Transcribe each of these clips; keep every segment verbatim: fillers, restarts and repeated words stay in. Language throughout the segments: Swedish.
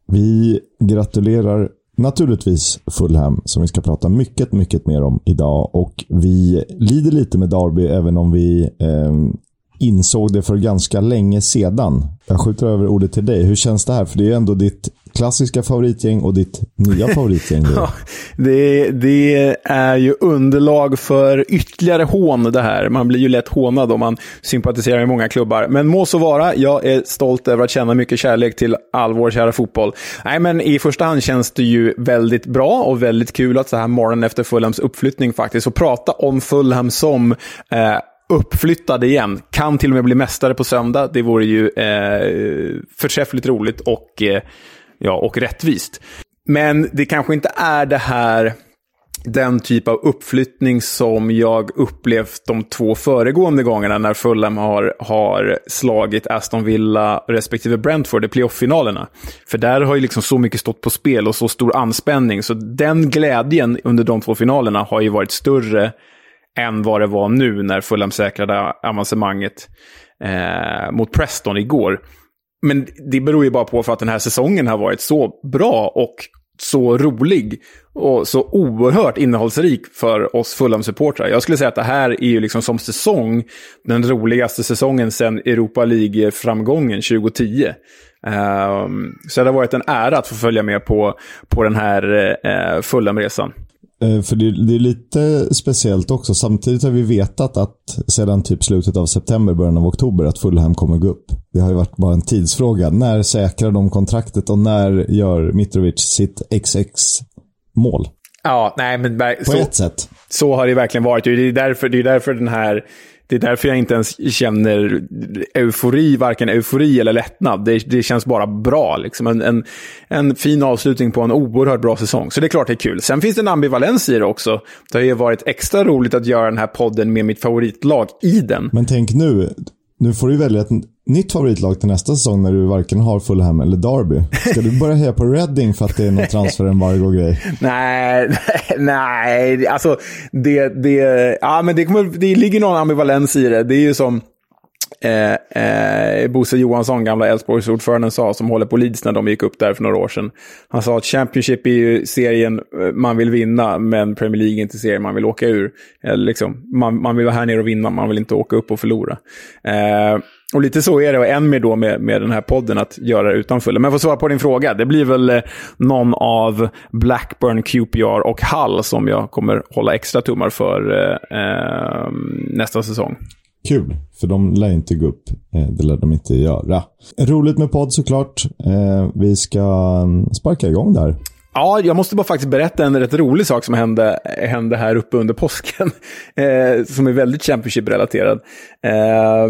Vi gratulerar naturligtvis Fulham, som vi ska prata mycket, mycket mer om idag. Och vi lider lite med Derby, även om vi eh, insåg det för ganska länge sedan. Jag skjuter över ordet till dig. Hur känns det här? För det är ändå ditt klassiska favoritgäng och ditt nya favoritgäng. Ja, det, det är ju underlag för ytterligare hån det här. Man blir ju lätt hånad om man sympatiserar med många klubbar. Men må så vara, jag är stolt över att känna mycket kärlek till all vår kära fotboll. Nej, men i första hand känns det ju väldigt bra och väldigt kul att så här morgonen efter Fulhams uppflyttning faktiskt, och prata om Fulham som eh, uppflyttade igen. Kan till och med bli mästare på söndag. Det vore ju eh, förträffligt roligt och eh, ja, och rättvist. Men det kanske inte är det här, den typ av uppflyttning som jag upplevt de två föregående gångerna när Fulham har, har slagit Aston Villa respektive Brentford i playoff-finalerna. För där har ju liksom så mycket stått på spel och så stor anspänning. Så den glädjen under de två finalerna har ju varit större än vad det var nu när Fulham säkrade avancemanget eh, mot Preston igår. Men det beror ju bara på för att den här säsongen har varit så bra och så rolig och så oerhört innehållsrik för oss Fulham-supportrar. Jag skulle säga att det här är ju liksom som säsong den roligaste säsongen sedan Europa League-framgången tjugo tio. Um, så det har varit en ära att få följa med på, på den här uh, Fulham-resan. För det, det är lite speciellt också. Samtidigt har vi vetat att sedan typ slutet av september, början av oktober, att Fulham kommer gå upp. Det har ju varit bara en tidsfråga. När säkrar de kontraktet och när gör Mitrovic sitt X X-mål? Ja, nej, men på så, ett sätt. Så har det verkligen varit. Det är därför, det är därför den här... Det är därför jag inte ens känner eufori, varken eufori eller lättnad. Det, det känns bara bra. Liksom. En, en, en fin avslutning på en oerhört bra säsong. Så det är klart det är kul. Sen finns det en ambivalens i det också. Det har ju varit extra roligt att göra den här podden med mitt favoritlag i den. Men tänk nu, nu får du välja ett nytt favoritlag till nästa säsong när du varken har Fulham eller Derby. Ska du börja heja på Reading för att det är någon transferembargo-grej? nej, nej, alltså det, det, ja, men det, kommer, det ligger någon ambivalens i det. Det är ju som eh, eh, Bosse Johansson, gamla Elfsborgsordföranden, sa, som håller på Leeds när de gick upp där för några år sedan. Han sa att Championship är ju serien man vill vinna, men Premier League är inte serien man vill åka ur. Eller liksom, man, man vill vara här nere och vinna, man vill inte åka upp och förlora. Eh, Och lite så är det, och än mer då med, med den här podden att göra det utanför. Men för att svara på din fråga, det blir väl någon av Blackburn, Q P R och Hull som jag kommer hålla extra tummar för eh, nästa säsong. Kul, för de lär inte gå upp. Det lär de inte göra. Roligt med podd såklart. Eh, vi ska sparka igång där. Ja, jag måste bara faktiskt berätta en rätt rolig sak som hände, hände här uppe under påsken. Eh, som är väldigt Championship-relaterad. Eh,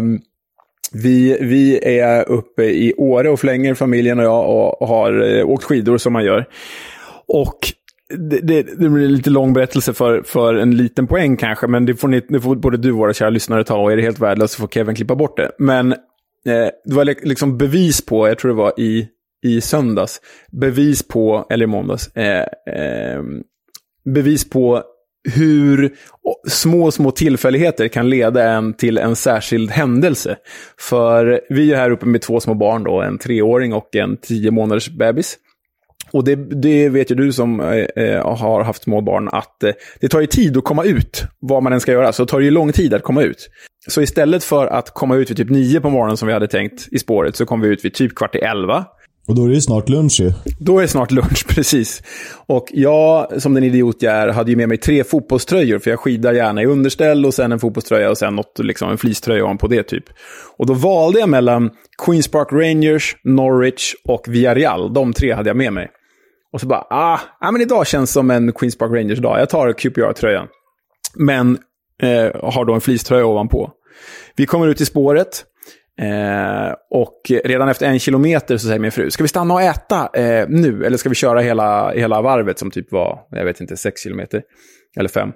Vi, vi är uppe i Åre och flänger, familjen och jag, och, och har eh, åkt skidor som man gör. Och det, det, det blir en lite lång berättelse för, för en liten poäng kanske, men det får, ni, det får både du och våra kära lyssnare ta, och är det helt värdelöst så får Kevin klippa bort det. Men eh, det var liksom bevis på, jag tror det var i, i söndags, bevis på, eller i måndags, eh, eh, bevis på hur små, små tillfälligheter kan leda en till en särskild händelse. För vi är här uppe med två små barn då, en treåring och en tio månaders bebis. Och det, det vet ju du som eh, har haft små barn, att eh, det tar ju tid att komma ut, vad man än ska göra, så tar det ju lång tid att komma ut. Så istället för att komma ut vid typ nio på morgonen som vi hade tänkt i spåret, så kom vi ut vid typ kvart i elva. Och då är det ju snart lunch ju. Då är det snart lunch, precis. Och jag, som den idiot jag är, hade ju med mig tre fotbollströjor. För jag skidar gärna i underställ och sen en fotbollströja och sen något, liksom en fleecetröja om på det typ. Och då valde jag mellan Queens Park Rangers, Norwich och Villarreal. De tre hade jag med mig. Och så bara, ah, ja, men idag känns som en Queens Park Rangers dag. Jag tar Q P R-tröjan. Men eh, har då en fleecetröja ovanpå. Vi kommer ut i spåret. Eh, och redan efter en kilometer så säger min fru, ska vi stanna och äta eh, nu? Eller ska vi köra hela, hela varvet som typ var, jag vet inte, sex kilometer eller fem?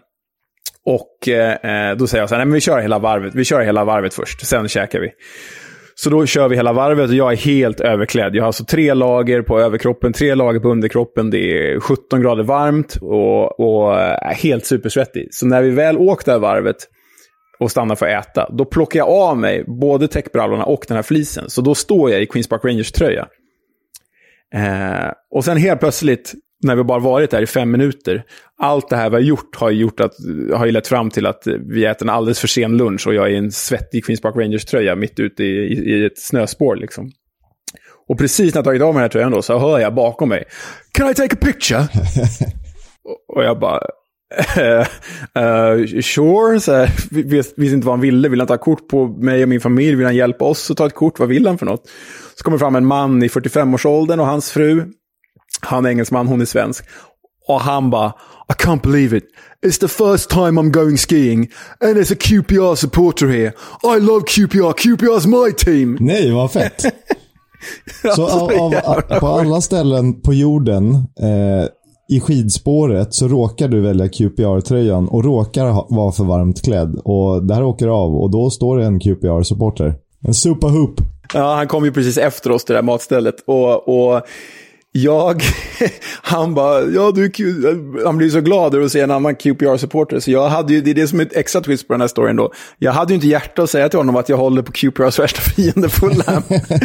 Och eh, då säger jag så här, nej men vi kör hela varvet, vi kör hela varvet först, sen käkar vi. Så då kör vi hela varvet och jag är helt överklädd. Jag har alltså tre lager på överkroppen, tre lager på underkroppen. Det är sjutton grader varmt och, och är helt supersvettig. Så när vi väl åkte det varvet och stannar för att äta, då plockar jag av mig både täckbrallorna och den här flisen. Så då står jag i Queens Park Rangers tröja. Eh, och sen helt plötsligt, när vi bara varit där i fem minuter, allt det här vi har gjort har gjort att, har ju lett fram till att vi äter en alldeles för sen lunch och jag är i en svettig Queens Park Rangers-tröja mitt ute i, i, i ett snöspår liksom. Och precis när jag tagit av mig den här tröjan då, så hör jag bakom mig, "Can I take a picture?" och, och jag bara uh, uh, sure, så här, visste vis inte vad han ville. Vill han ta kort på mig och min familj? Vill han hjälpa oss att ta ett kort? Vad vill han för något? Så kommer fram en man i fyrtiofem-årsåldern och hans fru. Han är engelsman, hon är svensk. Och han bara, "I can't believe it. It's the first time I'm going skiing and there's a Q P R supporter here. I love Q P R. Q P R's my team." Nej, vad fett. Så av, av, av, på alla ställen på jorden eh, i skidspåret så råkar du välja Q P R-tröjan och råkar ha, vara för varmt klädd. Och där åker av och då står det en Q P R-supporter. En superhoop. Ja, han kom ju precis efter oss till det där matstället. Och... och jag, han bara, ja du, han blir så glad att se en annan Q P R-supporter. Så jag hade ju, det är det som är ett extra twist på den här storyn då. Jag hade ju inte hjärta att säga till honom att jag håller på Q P R's värsta fiende Fulham.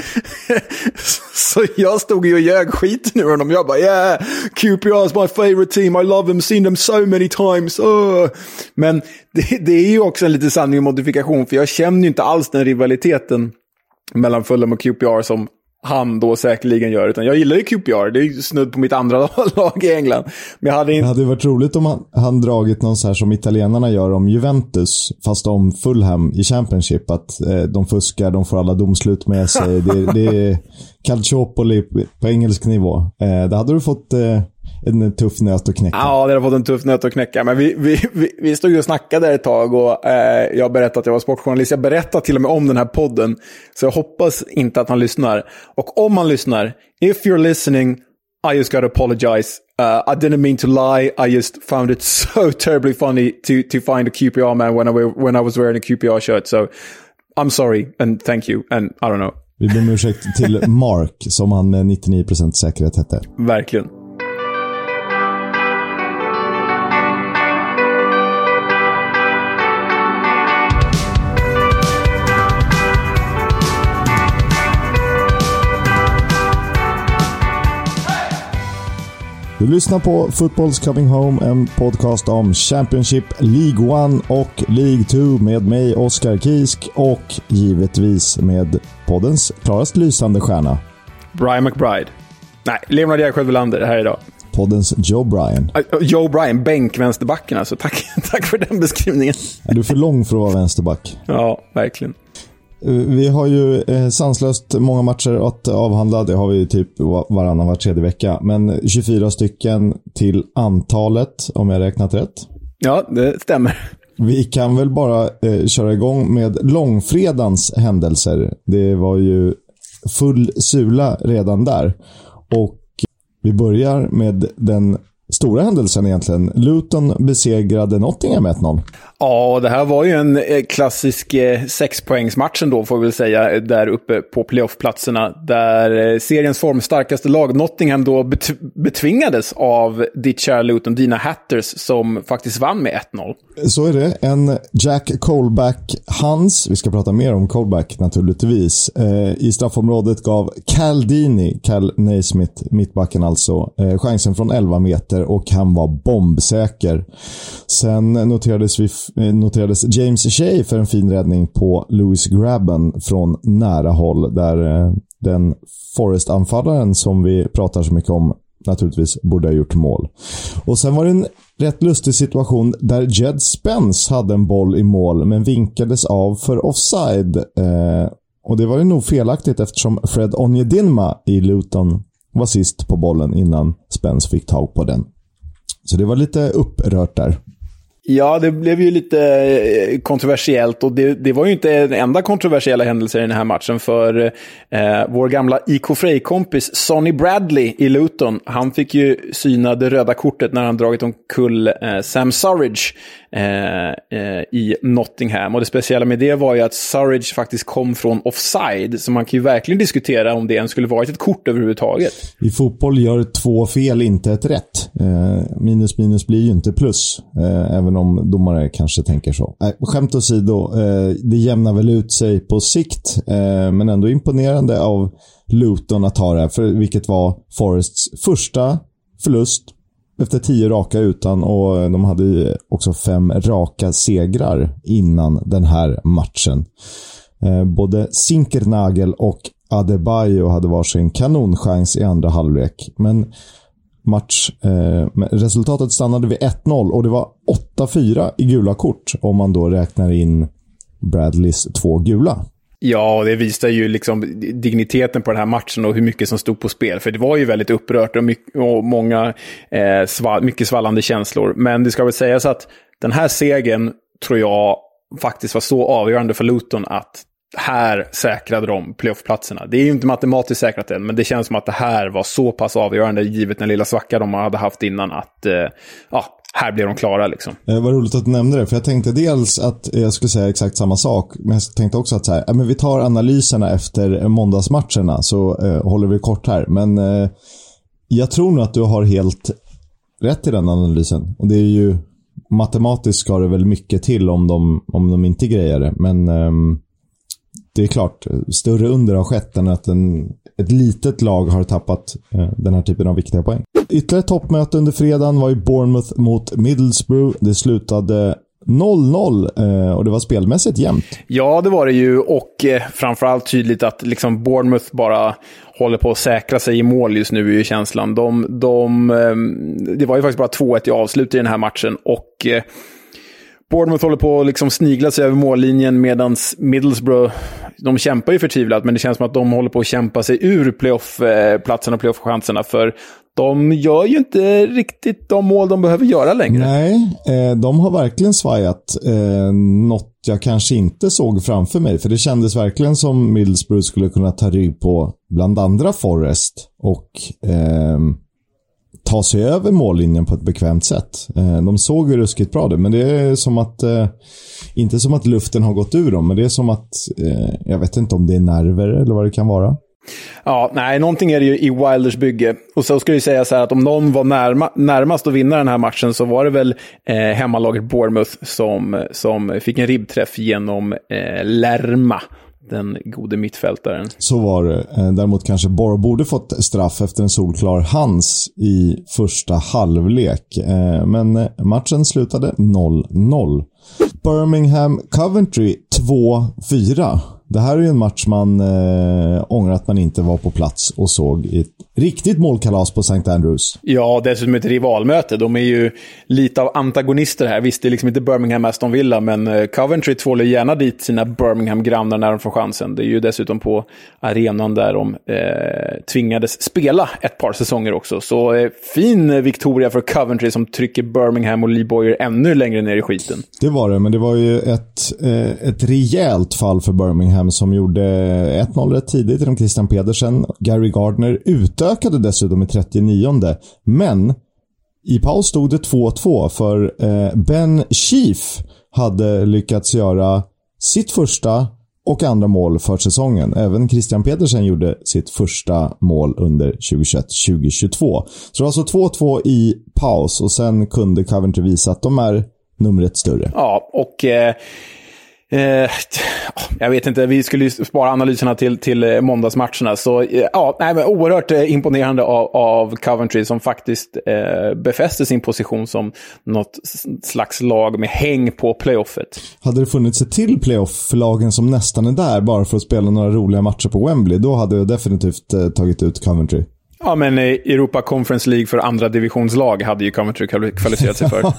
Så jag stod ju och ljög skiten ur honom. Jag bara, yeah, Q P R is my favorite team. I love them, seen them so many times. Oh. Men det, det är ju också en lite sanning och modifikation. För jag känner ju inte alls den rivaliteten mellan Fulham och Q P R som han då säkerligen gör, utan jag gillar ju Q P R, det är ju snudd på mitt andra lag i England. Men jag hade inte... Det hade varit roligt om han, han dragit någon så här som italienarna gör om Juventus, fast om Fulham i Championship, att eh, de fuskar, de får alla domslut med sig. Det, det är calciopoli på engelsk nivå. Eh, det hade du fått eh, en tuff nöt att knäcka. Ja, det har fått en tuff nöt att knäcka. Men vi, vi, vi, vi stod ju och snackade där ett tag och eh, jag berättade att jag var sportjournalist. Jag berättade till och med om den här podden. Så jag hoppas inte att han lyssnar. Och om han lyssnar, if you're listening, I just gotta apologize. Uh, I didn't mean to lie. I just found it so terribly funny to, to find a Q P R man when I, when I was wearing a Q P R shirt. So I'm sorry and thank you and I don't know. Vi ber om ursäkt till Mark, som han med nittionio procent säkerhet hette. Verkligen. Du lyssnar på Football's Coming Home, en podcast om Championship, League One och League Two med mig, Oskar Kisk, och givetvis med poddens klarast lysande stjärna Brian McBride. Nej, Leonard Jägersjö Welander här idag. Poddens Joe Bryan. Uh, Joe Bryan, bänkvänsterbacken alltså. Tack, tack för den beskrivningen. Är du för lång för att vara vänsterback? Ja, verkligen. Vi har ju eh, sanslöst många matcher att avhandla. Det har vi typ varannan var tredje vecka. Men tjugofyra stycken till antalet, om jag räknat rätt. Ja, det stämmer. Vi kan väl bara eh, köra igång med långfredans händelser. Det var ju full sula redan där. Och vi börjar med den stora händelsen egentligen. Luton besegrade Nottingham med ett noll. Ja, det här var ju en klassisk eh, sexpoängsmatch då, får vi väl säga, där uppe på playoffplatserna, där eh, seriens formstarkaste lag Nottingham då bet- betvingades av ditt kära Luton, dina Hatters, som faktiskt vann med ett noll. Så är det. En Jack Colback Hans, vi ska prata mer om Colback naturligtvis, eh, i straffområdet gav Cal Dini, Cal Naismith, mittbacken alltså, eh, chansen från elva meter och han var bombsäker. Sen noterades vi noterades James Shea för en fin räddning på Lewis Grabban från nära håll, där eh, den Forest-anfallaren som vi pratar så mycket om naturligtvis borde ha gjort mål. Och sen var det en rätt lustig situation där Jed Spence hade en boll i mål men vinkades av för offside. Eh, och det var ju nog felaktigt eftersom Fred Onyedinma i Luton var sist på bollen innan Spence fick tag på den. Så det var lite upprört där. Ja, det blev ju lite kontroversiellt och det, det var ju inte den enda kontroversiella händelsen i den här matchen, för eh, vår gamla I K Frej-kompis Sonny Bradley i Luton, han fick ju syna det röda kortet när han dragit omkull eh, Sam Surridge eh, eh, i Nottingham, och det speciella med det var ju att Surridge faktiskt kom från offside, så man kan ju verkligen diskutera om det ens skulle varit ett kort överhuvudtaget. I fotboll gör två fel inte ett rätt. Eh, minus minus blir ju inte plus, eh, även även om domare kanske tänker så. Nej, skämt åsido, eh, det jämnar väl ut sig på sikt, eh, men ändå imponerande av Luton att ta det här, för vilket var Forests första förlust efter tio raka utan, och de hade också fem raka segrar innan den här matchen. Eh, både Sinkernagel och Adebayo hade varsin kanonchans i andra halvlek, men match, eh, resultatet stannade vid ett noll och det var åtta fyra i gula kort om man då räknar in Bradleys två gula. Ja, det visar ju liksom digniteten på den här matchen och hur mycket som stod på spel. För det var ju väldigt upprört och, mycket, och många eh, sval, mycket svallande känslor. Men det ska väl sägas att den här segern tror jag faktiskt var så avgörande för Luton att här säkrade de playoffplatserna. Det är ju inte matematiskt säkrat än, men det känns som att det här var så pass avgörande givet den lilla svacka de hade haft innan att eh, ja, här blir de klara liksom. Det var roligt att du nämnde det, för jag tänkte dels att jag skulle säga exakt samma sak, men jag tänkte också att så här, ja, men vi tar analyserna efter måndagsmatcherna så eh, håller vi kort här. Men eh, jag tror nog att du har helt rätt i den analysen. Och det är ju, matematiskt ska det väl mycket till om de, om de inte grejer det, men eh, det är klart, större under har skett än att en, ett litet lag har tappat eh, den här typen av viktiga poäng. Ytterligare toppmöte under fredagen var ju Bournemouth mot Middlesbrough. Det slutade noll noll eh, och det var spelmässigt jämnt. Ja, det var det ju, och eh, framförallt tydligt att liksom Bournemouth bara håller på att säkra sig i mål just nu i känslan. De, de, eh, det var ju faktiskt bara två ett i avslut i den här matchen, och eh, Bournemouth håller på att liksom snigla sig över mållinjen medan Middlesbrough, de kämpar ju förtvivlat, men det känns som att de håller på att kämpa sig ur playoff-platsen och playoff-chanserna, för de gör ju inte riktigt de mål de behöver göra längre. Nej, eh, de har verkligen svajat. Eh, något jag kanske inte såg framför mig, för det kändes verkligen som Middlesbrough skulle kunna ta rygg på bland andra Forest och eh, ta sig över mållinjen på ett bekvämt sätt. Eh, de såg ju ruskigt bra det, men det är som att eh, inte som att luften har gått ur dem, men det är som att eh, jag vet inte om det är nerver eller vad det kan vara. Ja, nej, någonting är det ju i Wilders bygge. Och så skulle jag säga så här att om någon var närma, närmast att vinna den här matchen så var det väl eh, hemmalaget Bournemouth som, som fick en ribbträff genom eh, Lerma, den gode mittfältaren. Så var det. Däremot kanske Borough borde fått straff efter en solklar hands i första halvlek. Men matchen slutade noll noll. Birmingham Coventry två fyra. Det här är ju en match man äh, ångrar att man inte var på plats och såg ett riktigt målkalas på Saint Andrews. Ja, dessutom ett rivalmöte. De är ju lite av antagonister här. Visst, det är liksom inte Birmingham Aston Villa, men Coventry tvålar gärna dit sina Birmingham-grannar när de får chansen. Det är ju dessutom på arenan där de eh, tvingades spela ett par säsonger också. Så eh, fin Victoria för Coventry som trycker Birmingham och Lee Bowyer ännu längre ner i skiten. Det var det, men det var ju ett, eh, ett rejält fall för Birmingham som gjorde ett noll rätt tidigt genom Christian Pedersen. Gary Gardner utökade dessutom i trettionionde. Men i paus stod det två två för eh, Ben Chief hade lyckats göra sitt första och andra mål för säsongen. Även Christian Pedersen gjorde sitt första mål under tjugohundratjugoett tjugohundratjugotvå. Så det var alltså två två i paus och sen kunde Coventry visa att de är numret större. Ja, och eh... Eh, jag vet inte, vi skulle ju spara analyserna till, till måndagsmatcherna, så eh, ja, nej, men oerhört eh, imponerande av, av Coventry som faktiskt eh, befäste sin position som något slags lag med häng på playoffet. Hade det funnits ett till playoff för lagen som nästan är där bara för att spela några roliga matcher på Wembley, då hade jag definitivt eh, tagit ut Coventry. Ja, men eh, Europa Conference League för andra divisionslag hade ju Coventry kvalificerat sig för.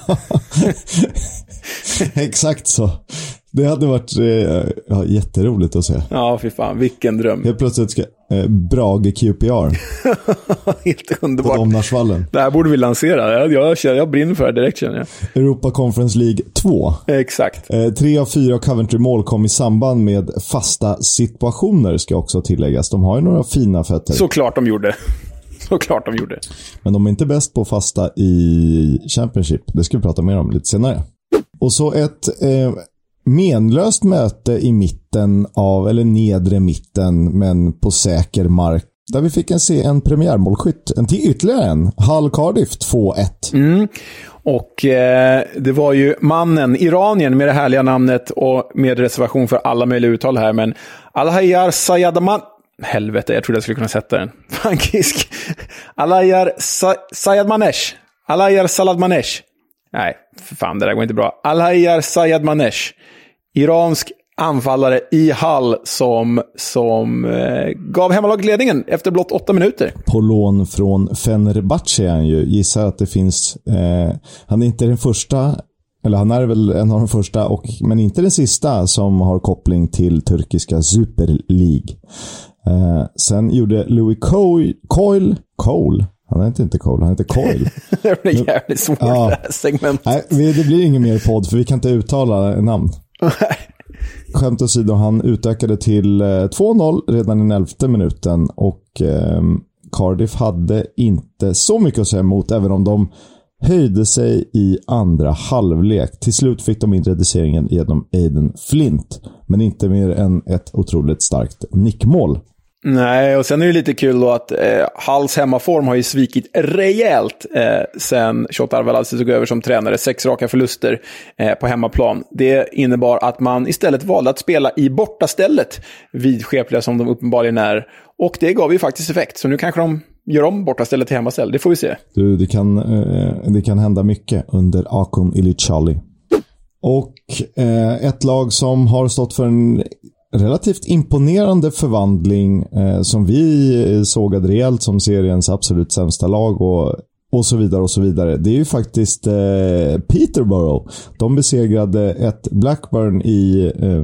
Exakt så. Det hade varit eh, ja, jätteroligt att se. Ja, fy fan, vilken dröm. Helt plötsligt ska eh, Brage Q P R. Helt underbart. På Domnarsvallen. Det här borde vi lansera. Jag, jag, jag, jag brinner för det direkt, känner jag. Europa Conference League två. Exakt. Eh, tre av fyra Coventry-mål kom i samband med fasta situationer, ska också tilläggas. De har ju några fina fötter. Såklart de gjorde. Såklart de gjorde. Men de är inte bäst på fasta i Championship. Det ska vi prata mer om lite senare. Och så ett eh, menlöst möte i mitten av, eller nedre mitten, men på säker mark där vi fick en, se en premiärmålskytt, en till ytterligare en, Hull Cardiff två ett. Mm. Och eh, det var ju mannen, iranien med det härliga namnet och med reservation för alla möjliga uttal här, men Al-Hayar Sayadman, helvete, jag trodde jag skulle kunna sätta den. Frankisk. Al-Hayar Sa- Sayadmanesh. Al-Hayar Saladmanesh. Nej, för fan, det där går inte bra. Al-Hayar Sayadmanesh. Iransk anfallare i Hull som, som eh, gav hemmalagledningen efter blott åtta minuter. På lån från Fenerbahce är han ju. Gissar att det finns... Eh, han är inte den första, eller han är väl en av de första, och, men inte den sista som har koppling till turkiska Super League. Eh, sen gjorde Louis Coyle... Coyle? Cole? Han heter inte Cole, han heter Coyle. Det blir jävligt svårt ja. Det här segmentet. Nej, det blir ingen mer podd för vi kan inte uttala namn. Skämt åsido, han utökade till två noll redan i den elfte minuten och eh, Cardiff hade inte så mycket att säga emot, även om de höjde sig i andra halvlek. Till slut fick de in reduceringen genom Aiden Flint, men inte mer än ett otroligt starkt nickmål. Nej, och sen är det lite kul då att eh, Hulls hemmaform har ju svikit rejält eh, sen Shota Arveladze tog över som tränare. Sex raka förluster eh, på hemmaplan. Det innebar att man istället valde att spela i bortastället, vidskepliga som de uppenbarligen är. Och det gav ju faktiskt effekt, så nu kanske de gör om bortastället till hemmaställ. Det får vi se. Du, det kan, eh, det kan hända mycket under Akon Ilicali. Och eh, ett lag som har stått för en relativt imponerande förvandling eh, som vi sågade rejält som seriens absolut sämsta lag och, och så vidare och så vidare. Det är ju faktiskt eh, Peterborough. De besegrade ett Blackburn i eh,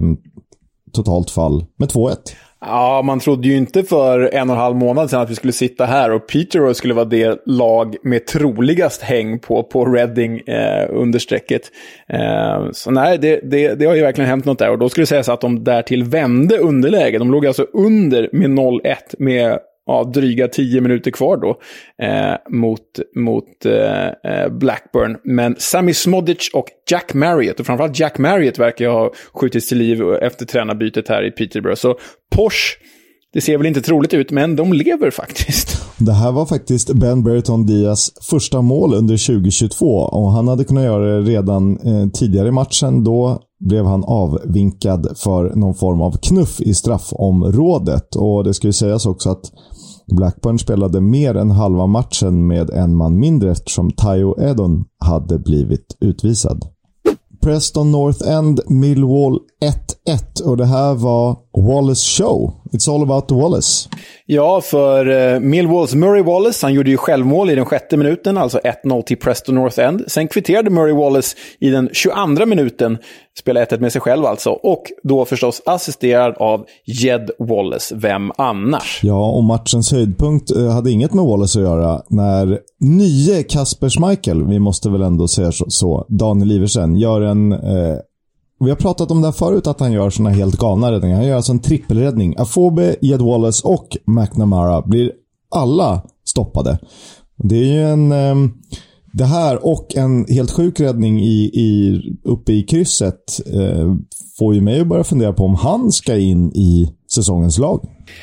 totalt fall med två ett. Ja, man trodde ju inte för en och en halv månad sedan att vi skulle sitta här och Peterborough skulle vara det lag med troligast häng på, på Reading eh, under strecket. Eh, så nej, det, det, det har ju verkligen hänt något där. Och då skulle det sägas att de därtill vände underläge. De låg alltså under med noll ett med ja, dryga tio minuter kvar då eh, mot, mot eh, Blackburn. Men Sami Smodic och Jack Marriott, och framförallt Jack Marriott verkar ha skjutits till liv efter tränarbytet här i Peterborough. Så Porsche, det ser väl inte troligt ut, men de lever faktiskt. Det här var faktiskt Ben Brereton Diaz första mål under tjugo tjugotvå och han hade kunnat göra det redan eh, tidigare i matchen. Då blev han avvinkad för någon form av knuff i straffområdet. Och det ska ju sägas också att Blackburn spelade mer än halva matchen med en man mindre eftersom Tayo Edon hade blivit utvisad. Preston North End, Millwall ett ett, och det här var Wallace show. It's all about the Wallace. Ja, för uh, Millwalls Murray Wallace, han gjorde ju självmål i den sjätte minuten, alltså ett noll till Preston North End. Sen kvitterade Murray Wallace i den tjugoandra minuten, spelade ett ett med sig själv alltså, och då förstås assisterad av Jed Wallace, vem annars? Ja, och matchens höjdpunkt hade inget med Wallace att göra när nye Kasper Schmeichel, vi måste väl ändå säga så, Daniel Iversen, gör en... Eh, vi har pratat om det här förut, att han gör såna helt galna räddningar. Han gör alltså en trippelräddning. Afobe, Jed Wallace och McNamara blir alla stoppade. Det är ju en... Eh, det här och en helt sjuk räddning i, i, uppe i krysset eh, får ju mig att börja fundera på om han ska in i säsongens lag.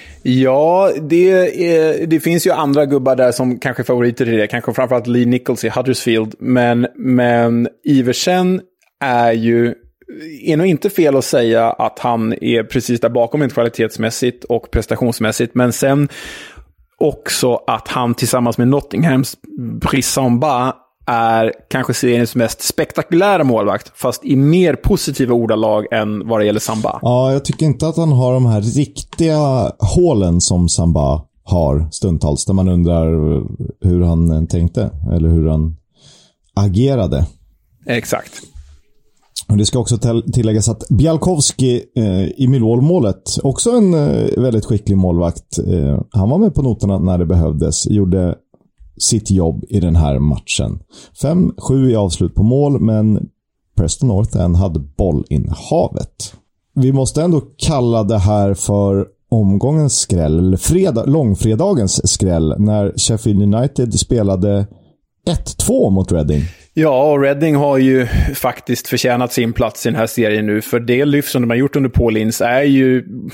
Ja, det, är, det finns ju andra gubbar där som kanske är favoriter i det. Kanske framförallt Lee Nichols i Huddersfield. Men, men Iversen är ju... är nog inte fel att säga att han är precis där bakom, inte kvalitetsmässigt och prestationsmässigt, men sen också att han tillsammans med Nottinghams Brice Samba är kanske seriens mest spektakulära målvakt, fast i mer positiva ordalag än vad det gäller Samba. Ja, jag tycker inte att han har de här riktiga hålen som Samba har stundtals, där man undrar hur han tänkte eller hur han agerade. Exakt. Och det ska också tilläggas att Bialkowski eh, i Millwall-målet, också en eh, väldigt skicklig målvakt, eh, han var med på noterna när det behövdes, gjorde sitt jobb i den här matchen. fem sju i avslut på mål, men Preston North End hade bollinnehavet. Vi måste ändå kalla det här för omgångens skräll, eller fredag, långfredagens skräll, när Sheffield United spelade ett två mot Reading. Ja, och Reading har ju faktiskt förtjänat sin plats i den här serien nu, för det lyft som de har gjort under Paul Ince är ju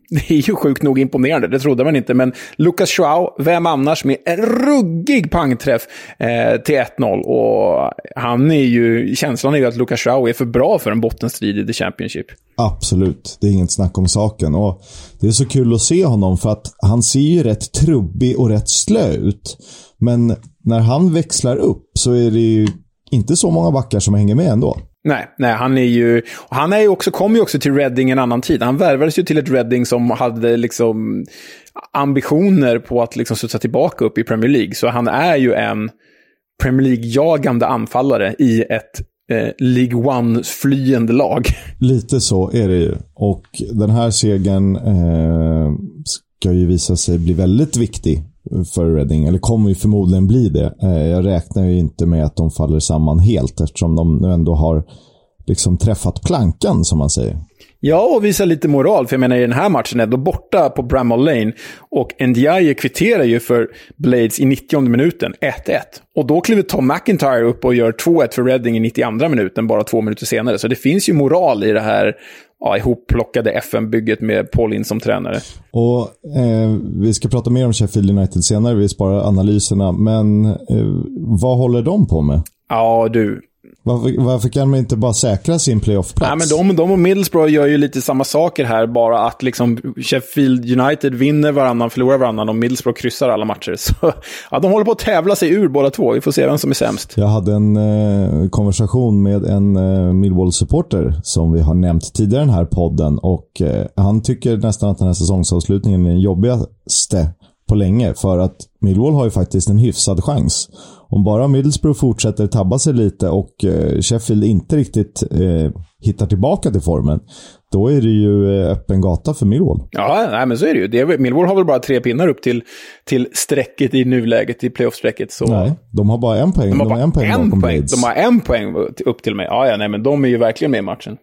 det är ju sjukt nog imponerande, det trodde man inte. Men Lucas João, vem annars, med en ruggig pangträff eh, till ett noll. Och han är ju, känslan är ju att Lucas João är för bra för en bottenstrid i The Championship. Absolut, det är inget snack om saken. Och det är så kul att se honom för att han ser ju rätt trubbig och rätt slö ut. Men när han växlar upp så är det ju inte så många backar som hänger med ändå. Nej, nej, han är ju han är ju också kom ju också till Reading en annan tid. Han värvades ju till ett Reading som hade liksom ambitioner på att liksom studsa tillbaka upp i Premier League. Så han är ju en Premier League-jagande anfallare i ett eh, League One-flyende lag. Lite så är det ju. Och den här segern eh, ska ju visa sig bli väldigt viktig för Reading, eller kommer ju förmodligen bli det. Jag räknar ju inte med att de faller samman helt eftersom de nu ändå har liksom träffat plankan, som man säger. Ja, och visa lite moral, för jag menar i den här matchen är de borta på Bramall Lane och Ndiaye kvitterar ju för Blades i nittionde minuten, ett ett. Och då kliver Tom McIntyre upp och gör två ett för Reading i nittioandra minuten, bara två minuter senare. Så det finns ju moral i det här ja, ihopplockade F M-bygget med Paulin som tränare. Och eh, vi ska prata mer om Sheffield United senare, vi sparar analyserna, men eh, vad håller de på med? Ja, du... Varför, varför kan man inte bara säkra sin playoff-plats? Ja, men de, de och Middlesbrough gör ju lite samma saker här, bara att liksom Sheffield United vinner varannan, förlorar varannan och Middlesbrough kryssar alla matcher. Så ja, de håller på att tävla sig ur båda två. Vi får se vem som är sämst. Jag hade en eh, konversation med en eh, Millwall-supporter som vi har nämnt tidigare i den här podden, och eh, han tycker nästan att den här säsongsavslutningen är den jobbigaste på länge, för att Millwall har ju faktiskt en hyfsad chans. Om bara Middlesbrough fortsätter tabba sig lite och eh, Sheffield inte riktigt eh, hittar tillbaka till formen, då är det ju eh, öppen gata för Millwall. Ja, nej, men så är det ju. Det, Millwall har väl bara tre pinnar upp till, till strecket i nuläget, i playoff-strecket. Så... Nej, de har bara en poäng. De har, de bara har en poäng, en bakom poäng. Blades. De har en poäng upp till mig. Ja, ja, nej, men de är ju verkligen med i matchen.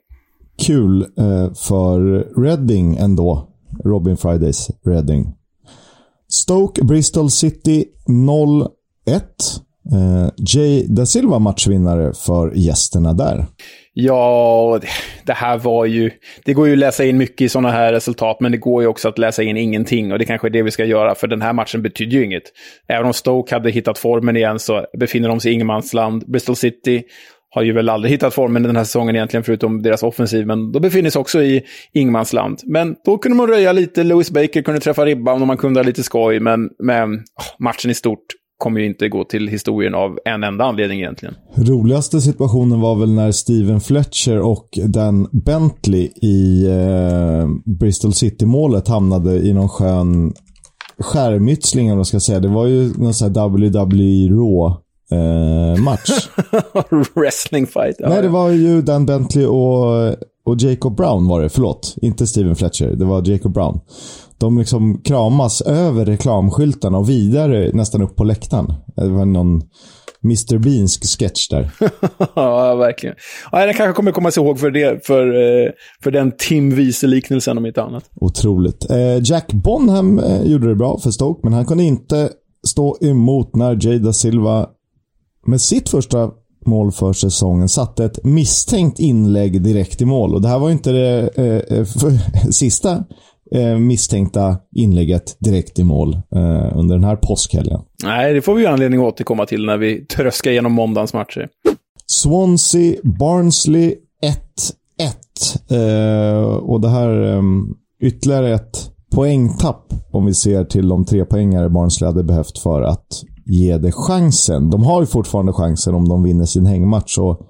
Kul eh, för Reading ändå. Robin Fridays Reading. Stoke Bristol City noll ett. Uh, Jay Da Silva matchvinnare för gästerna där. Ja, det här var ju... Det går ju att läsa in mycket i sådana här resultat, men det går ju också att läsa in ingenting, och det kanske är det vi ska göra, för den här matchen betyder ju inget. Även om Stoke hade hittat formen igen så befinner de sig i ingenmansland. Bristol City har ju väl aldrig hittat formen den här säsongen egentligen, förutom deras offensiv, men då befinner sig också i ingenmansland. Men då kunde man röja lite, Lewis Baker kunde träffa ribban och man kunde ha lite skoj, men, men matchen i stort kommer ju inte gå till historien av en enda anledning egentligen. Roligaste situationen var väl när Steven Fletcher och Dan Bentley i eh, Bristol City-målet hamnade i någon skön skärmytsling, om jag ska säga. Det var ju någon sån här W W E Raw eh, match. Wrestling fight. Ja. Nej, det var ju Dan Bentley och, och Jacob Brown var det. Förlåt, inte Steven Fletcher. Det var Jacob Brown. De liksom kramas över reklamskyltarna och vidare nästan upp på läktaren. Det var någon mister Beansk sketch där. Ja, verkligen. Ja, den kanske kommer komma sig ihåg för, det, för, för den Tim Wiese-liknelsen om inte annat. Otroligt. Jack Bonham gjorde det bra för Stoke, men han kunde inte stå emot när Jay Da Silva med sitt första mål för säsongen satte ett misstänkt inlägg direkt i mål. Och det här var inte det eh, för, sista eh, misstänkta inlägget direkt i mål eh, under den här påskhelgen. Nej, det får vi ju anledning att återkomma till när vi tröskar igenom måndagens matcher. Swansea, Barnsley ett ett. Eh, och det här eh, ytterligare ett poängtapp om vi ser till de tre poängare Barnsley hade behövt för att ge det chansen. De har ju fortfarande chansen om de vinner sin hängmatch, och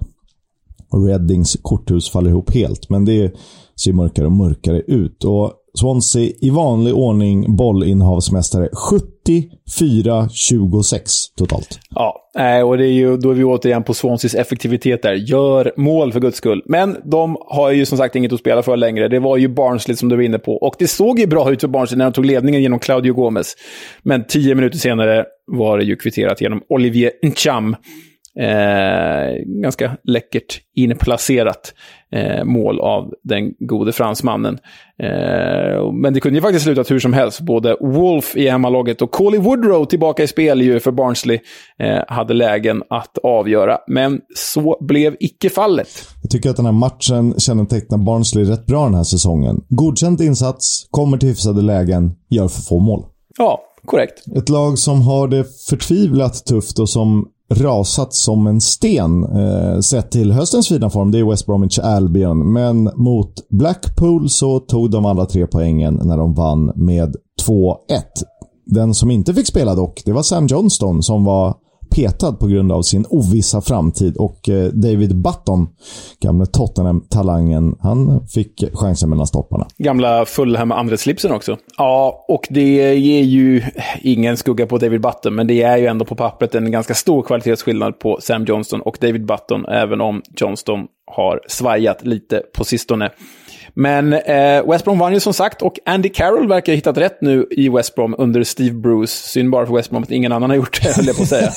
Readings korthus faller ihop helt. Men det ser mörkare och mörkare ut. Och Swansea i vanlig ordning bollinnehavsmästare, sjuttiofyra tjugosex totalt. Ja, och det är ju, då är vi återigen på Swanseas effektivitet där. Gör mål för guds skull. Men de har ju som sagt inget att spela för längre. Det var ju Barnsley som du var inne på. Och det såg ju bra ut för Barnsley när de tog ledningen genom Claudio Gomez. Men tio minuter senare var det ju kvitterat genom Olivier Ncham. Eh, ganska läckert inplacerat eh, mål av den gode fransmannen. Eh, men det kunde ju faktiskt sluta hur som helst. Både Wolf i hemmalaget och Coley Woodrow tillbaka i spel ju för Barnsley eh, hade lägen att avgöra. Men så blev icke fallet. Jag tycker att den här matchen kännetecknar Barnsley rätt bra den här säsongen. Godkänd insats, kommer till hyfsade lägen, gör för få mål. Ja, korrekt. Ett lag som har det förtvivlat tufft och som rasat som en sten eh, sett till höstens fina form, det är West Bromwich Albion, men mot Blackpool så tog de alla tre poängen när de vann med två ett. Den som inte fick spela dock, det var Sam Johnston som var petad på grund av sin ovissa framtid, och eh, David Button, gamla Tottenham-talangen, han fick chansen mellan stopparna. Gamla Fulham andra slipsen också. Ja, och det ger ju ingen skugga på David Button, men det är ju ändå på pappret en ganska stor kvalitetsskillnad på Sam Johnston och David Button, även om Johnston har svajat lite på sistone. Men eh, West Brom vann ju som sagt, och Andy Carroll verkar ha hittat rätt nu i West Brom under Steve Bruce. Synd bara för West Brom att ingen annan har gjort det, höll jag på att säga.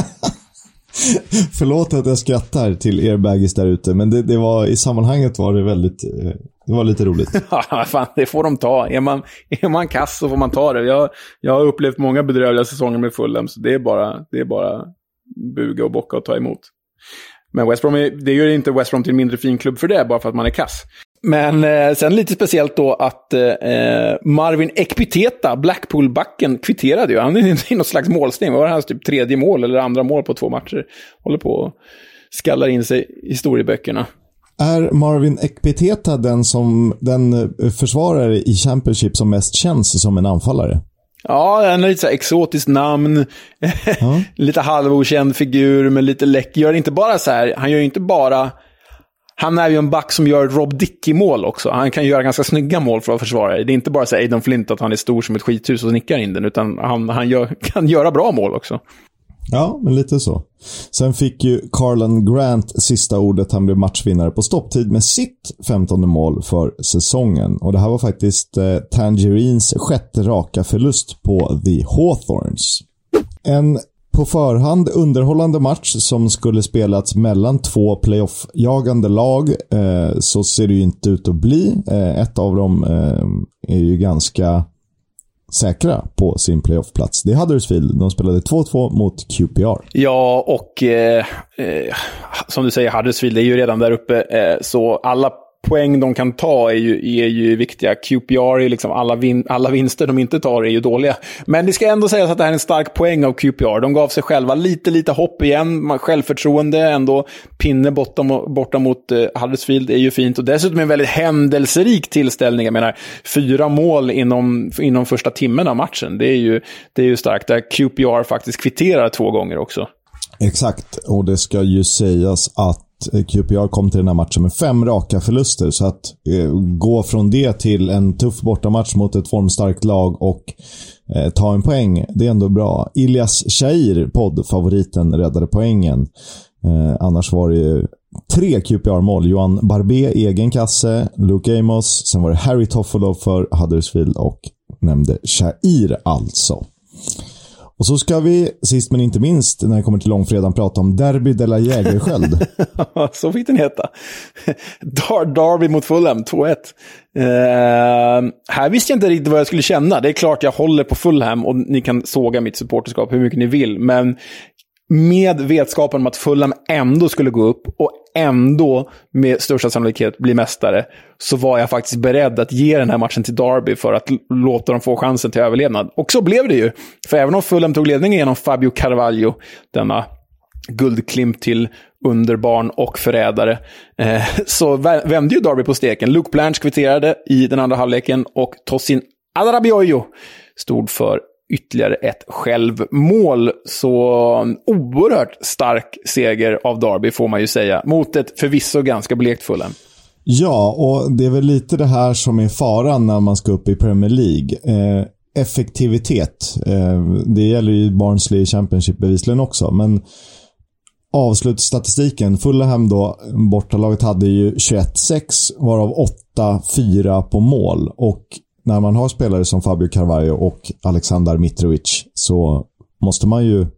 Förlåt att jag skrattar till er baggies där ute, men det, det var, i sammanhanget var det väldigt, det var lite roligt. Ja, fan, det får de ta. Är man, är man kass så får man ta det. Jag, jag har upplevt många bedrövliga säsonger med Fulham, så det är bara, det är bara buga och bocka och ta emot. Men West Brom, är, det gör inte West Brom till en mindre fin klubb för det, bara för att man är kass. Men eh, sen lite speciellt då att eh, Marvin Ekpiteta, Blackpool-backen, kvitterade ju. Han är inte i något slags målsning. Vad var det hans typ tredje mål eller andra mål på två matcher? Håller på och skallar in sig i historieböckerna. Är Marvin Ekpiteta den, som, den försvarare i Championship som mest känns som en anfallare? Ja, han har lite så här exotiskt namn, ja. Lite halvokänd figur med lite läck. Gör inte bara så här, han gör inte bara... Han är ju en back som gör ett Rob Dickey-mål också. Han kan göra ganska snygga mål för att försvara. Det är inte bara så Aidan Flint att han är stor som ett skithus och nickar in den, utan han, han gör, kan göra bra mål också. Ja, men lite så. Sen fick ju Carlan Grant sista ordet. Han blev matchvinnare på stopptid med sitt femtonde mål för säsongen. Och det här var faktiskt eh, Tangerines sjätte raka förlust på The Hawthorns. En på förhand underhållande match som skulle spelats mellan två playoff-jagande lag, eh, så ser det ju inte ut att bli. Eh, ett av dem eh, är ju ganska säkra på sin playoff-plats. Det är Huddersfield. De spelade två två mot Q P R. Ja, och eh, eh, som du säger, Huddersfield är ju redan där uppe, eh, så alla poäng de kan ta är ju, är ju viktiga. Q P R är liksom alla, vin, alla vinster de inte tar är ju dåliga. Men det ska ändå sägas att det här är en stark poäng av Q P R. De gav sig själva lite, lite hopp igen. Självförtroende ändå. Pinne borta, borta mot uh, Huddersfield är ju fint. Och dessutom en väldigt händelserik tillställning. Jag menar, fyra mål inom, inom första timmen av matchen. Det är ju, det är ju starkt. Där Q P R faktiskt kvitterar två gånger också. Exakt, och det ska ju sägas att Q P R kom till den här matchen med fem raka förluster, så att eh, gå från det till en tuff bortamatch mot ett formstarkt lag och eh, ta en poäng, det är ändå bra. Ilyas Shair, poddfavoriten, räddade poängen. Eh, annars var det ju tre Q P R-mål. Johan Barbé, egen kasse, Luke Amos, sen var det Harry Toffolo för Huddersfield och nämnde Shair alltså. Och så ska vi, sist men inte minst, när det kommer till långfredagen, prata om Derby de la Jägersköld. Så fick den heta. Dar- Derby mot Fulham, två ett. Uh, här visste jag inte riktigt vad jag skulle känna. Det är klart jag håller på Fulham och ni kan såga mitt supporterskap hur mycket ni vill. Men med vetskapen om att Fulham ändå skulle gå upp och ändå med största sannolikhet bli mästare, så var jag faktiskt beredd att ge den här matchen till Derby för att l- låta dem få chansen till överlevnad. Och så blev det ju. För även om Fulham tog ledningen genom Fabio Carvalho, denna guldklimp till underbarn och förrädare, eh, så vä- vände ju Derby på steken. Luke Blanche kvitterade i den andra halvleken och Tosin Adarabioyo stod för ytterligare ett självmål. Så oerhört stark seger av Derby får man ju säga, mot ett förvisso ganska blekt Fulham. Ja, och det är väl lite det här som är faran när man ska upp i Premier League. Eh, effektivitet. Eh, det gäller ju Barnsley i Championship bevisligen också, men avslutsstatistiken, Fulham då, bortalaget hade ju tjugoett sex, varav åtta fyra på mål, och när man har spelare som Fabio Carvalho och Alexander Mitrovic så måste man ju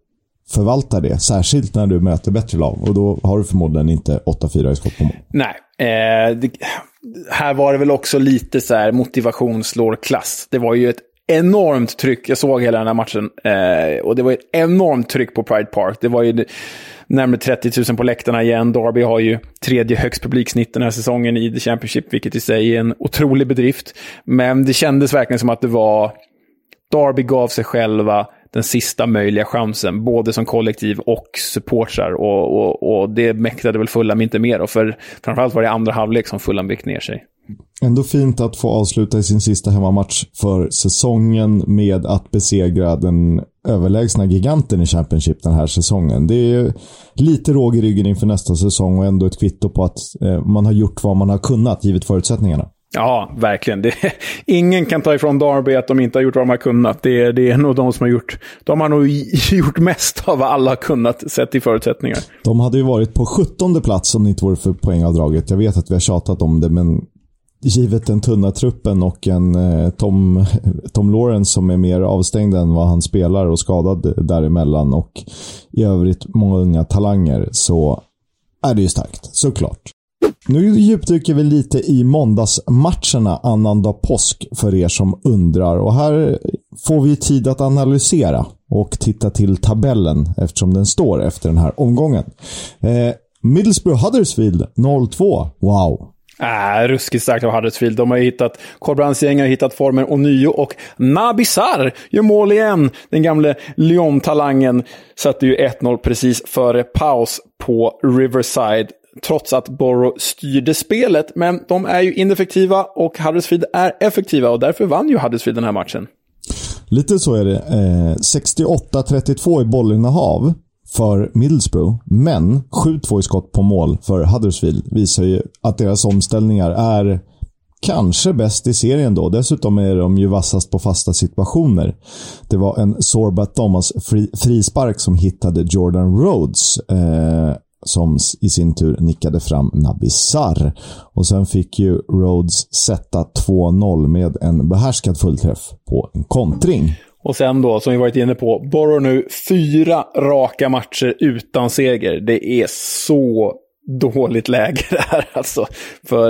förvalta det, särskilt när du möter bättre lag, och då har du förmodligen inte åtta fyra i skott på mål. Nej, eh, det, här var det väl också lite så här motivation slår klass. Det var ju ett enormt tryck, jag såg hela den här matchen, eh, och det var ett enormt tryck på Pride Park. Det var ju närmare trettio tusen på läktarna igen. Derby har ju tredje högst publiksnitt den här säsongen i The Championship, vilket i sig är en otrolig bedrift. Men det kändes verkligen som att det var Derby gav sig själva den sista möjliga chansen, både som kollektiv och supportrar, och, och, och det mäktade väl Fulham inte mer då, för framförallt var det andra halvlek som Fulham gick ner sig. Ändå fint att få avsluta i sin sista hemmamatch för säsongen med att besegra den överlägsna giganten i Championship den här säsongen. Det är lite råg i ryggen inför nästa säsong och ändå ett kvitto på att eh, man har gjort vad man har kunnat givet förutsättningarna. Ja, verkligen. Det, ingen kan ta ifrån Derby att de inte har gjort vad de har kunnat. Det, det är nog de som har gjort. De har nog gjort mest av vad alla har kunnat sett i förutsättningar. De hade ju varit på sjuttonde plats om det inte vore för poängavdraget. Jag vet att vi har tjatat om det, men givet den tunna truppen och en eh, Tom, Tom Lawrence som är mer avstängd än vad han spelar och skadad däremellan, och i övrigt många unga talanger, så är det ju starkt, såklart. Nu djupdyker vi lite i måndagsmatcherna annandag påsk för er som undrar, och här får vi tid att analysera och titta till tabellen eftersom den står efter den här omgången. Eh, Middlesbrough Huddersfield noll två. Wow. Äh, ruskigt starkt av Huddersfield. De har hittat, Corbrands gäng har hittat formen och nio, och Naby Sarr gör mål igen. Den gamle Lyon-talangen satte ju ett noll precis före paus på Riverside, trots att Borough styrde spelet. Men de är ju ineffektiva och Huddersfield är effektiva, och därför vann ju Huddersfield den här matchen. Lite så är det. Eh, sextioåtta trettiotvå i bollinnehav för Middlesbrough, men sju två i skott på mål för Huddersfield visar ju att deras omställningar är kanske bäst i serien då. Dessutom är de ju vassast på fasta situationer. Det var en Sorba Thomas fri, frispark som hittade Jordan Rhodes, eh, som i sin tur nickade fram Naby Sarr. Och sen fick ju Rhodes sätta två noll med en behärskad fullträff på en kontring. Och sen då, som vi varit inne på, Borough nu fyra raka matcher utan seger. Det är så dåligt läge där alltså. För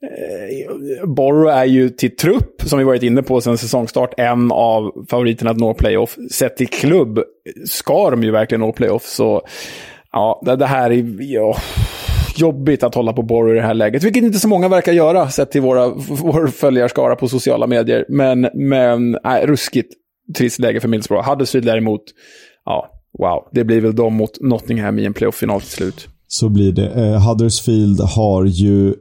eh, Borough är ju till trupp, som vi varit inne på sen säsongstart, en av favoriterna att nå playoff. Sett till klubb ska de ju verkligen nå playoff. Så ja, det, det här är ja, jobbigt att hålla på Borough i det här läget. Vilket inte så många verkar göra, sett till våra, vår följarskara på sociala medier. Men, men nej, ruskigt trist läge för Middlesbrough. Huddersfield däremot, ja, wow. Det blir väl de mot Nottingham i en playoff-final till slut. Så blir det. Eh, Huddersfield har ju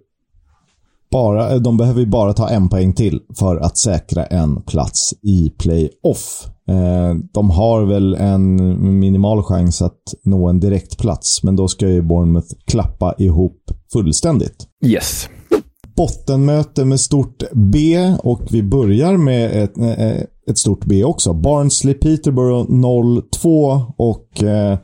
bara, de behöver ju bara ta en poäng till för att säkra en plats i playoff. Eh, de har väl en minimal chans att nå en direkt plats, men då ska ju Bournemouth klappa ihop fullständigt. Yes. Bottenmöte med stort B, och vi börjar med ett, ett stort B också. Barnsley Peterborough noll två, och eh,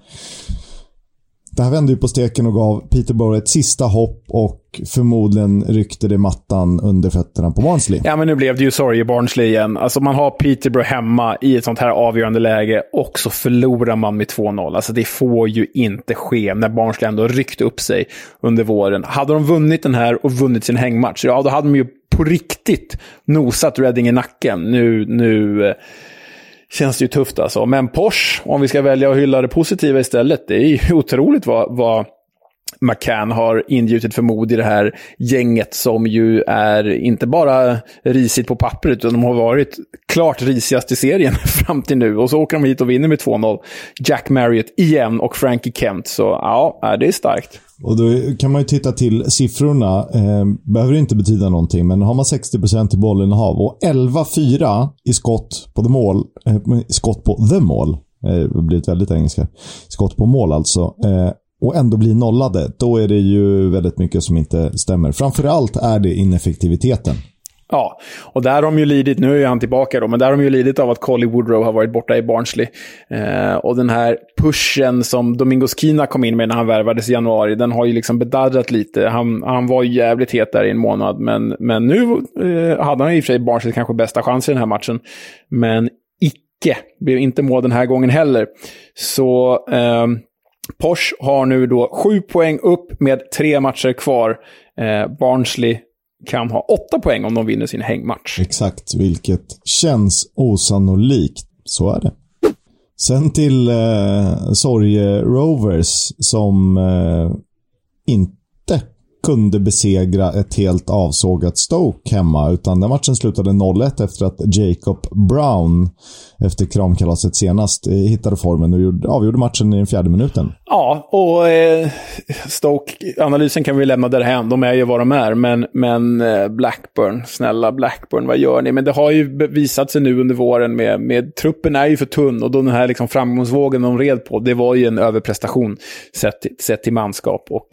det här vände ju på steken och gav Peterborough ett sista hopp, och förmodligen ryckte det mattan under fötterna på Barnsley. Ja, men nu blev det ju sorg i Barnsley igen. Alltså man har Peterborough hemma i ett sånt här avgörande läge, och så förlorar man med två noll. Alltså det får ju inte ske när Barnsley ändå ryckte upp sig under våren. Hade de vunnit den här och vunnit sin hängmatch, ja då hade de ju på riktigt nosat Reading i nacken. Nu... nu känns det ju tufft alltså. Men Porsche, om vi ska välja att hylla det positiva istället, det är ju otroligt vad, vad McCann har ingjutit för mod i det här gänget, som ju är inte bara risigt på pappret, utan de har varit klart risigast i serien fram till nu. Och så åker de hit och vinner med två noll. Jack Marriott igen och Frankie Kent. Så ja, det är starkt. Och då kan man ju titta till siffrorna. Eh, behöver inte betyda någonting, men har man sextio procent i bollinnehav och elva fyra i skott på the mål, eh, skott på the mål, eh, det blir ett väldigt engelska, skott på mål alltså, eh, och ändå blir nollade, då är det ju väldigt mycket som inte stämmer. Framförallt är det ineffektiviteten. Ja, och där har de ju lidit, nu är han tillbaka då, men där har de ju lidit av att Collie Woodrow har varit borta i Barnsley. Eh, och den här pushen som Domingos Kina kom in med när han värvades i januari, den har ju liksom bedarrat lite. Han, han var ju jävligt het där i en månad, men, men nu eh, hade han i och för sig Barnsley kanske bästa chans i den här matchen. Men icke. Blev inte mål den här gången heller. Så eh, Porsche har nu då sju poäng upp med tre matcher kvar. Eh, Barnsley kan ha åtta poäng om de vinner sin hängmatch. Exakt, vilket känns osannolikt. Så är det. Sen till eh, Sorge Rovers som eh, inte kunde besegra ett helt avsågat Stoke hemma, utan den matchen slutade noll ett efter att Jacob Brown efter kramkalaset senast hittade formen och gjorde, avgjorde matchen i den fjärde minuten. Ja, och eh, Stoke-analysen kan vi lämna därhän. De är ju vad de är, men, men eh, Blackburn, snälla Blackburn, vad gör ni? Men det har ju visat sig nu under våren med, med truppen är ju för tunn, och då den här liksom framgångsvågen de red på, det var ju en överprestation sett, sett till manskap. Och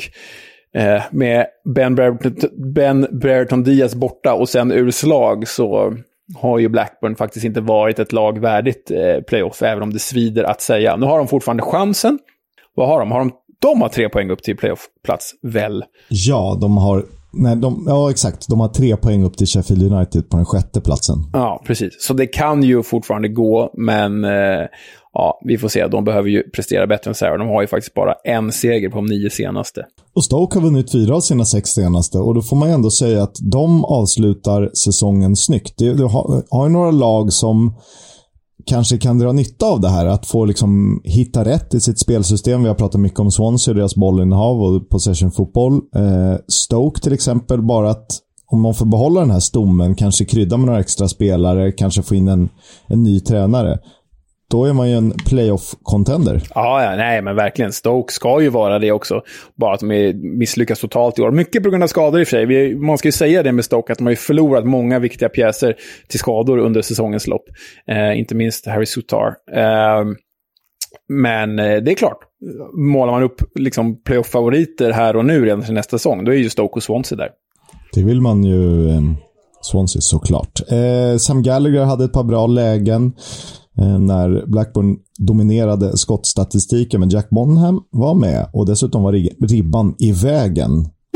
Eh, med Ben Brereton, Ben Brereton Diaz borta och sen ur slag, så har ju Blackburn faktiskt inte varit ett lag värdigt eh, playoff, även om det svider att säga. Nu har de fortfarande chansen. Vad har de? Har de, de har tre poäng upp till playoffplats, väl? Ja, de har nej, de, ja, exakt. De har tre poäng upp till Sheffield United på den sjätte platsen. Ja, precis. Så det kan ju fortfarande gå, men eh, ja, vi får se. De behöver ju prestera bättre än så här. De har ju faktiskt bara en seger på de nio senaste. Och Stoke har vunnit fyra av sina sex senaste, och då får man ju ändå säga att de avslutar säsongen snyggt. Det, det har, har ju några lag som kanske kan dra nytta av det här, att få liksom hitta rätt i sitt spelsystem. Vi har pratat mycket om Swansea, deras bollinnehav och possession-fotboll. Eh, Stoke till exempel, bara att om man får behålla den här stommen, kanske krydda med några extra spelare, kanske få in en, en ny tränare, då är man ju en playoff-contender. Ja, ja, nej, men verkligen. Stoke ska ju vara det också. Bara att de är misslyckas totalt i år. Mycket på grund av skador i och för sig. Vi, man ska ju säga det med Stoke, att de har ju förlorat många viktiga pjäser till skador under säsongens lopp. Eh, inte minst Harry Souttar. Eh, men eh, det är klart. Målar man upp liksom playoff-favoriter här och nu redan till nästa säsong, då är ju Stoke och Swansea där. Det vill man ju... Eh, Swansea såklart. Eh, Sam Gallagher hade ett par bra lägen när Blackburn dominerade skottstatistiken, men Jack Bonham var med, och dessutom var ribban i vägen.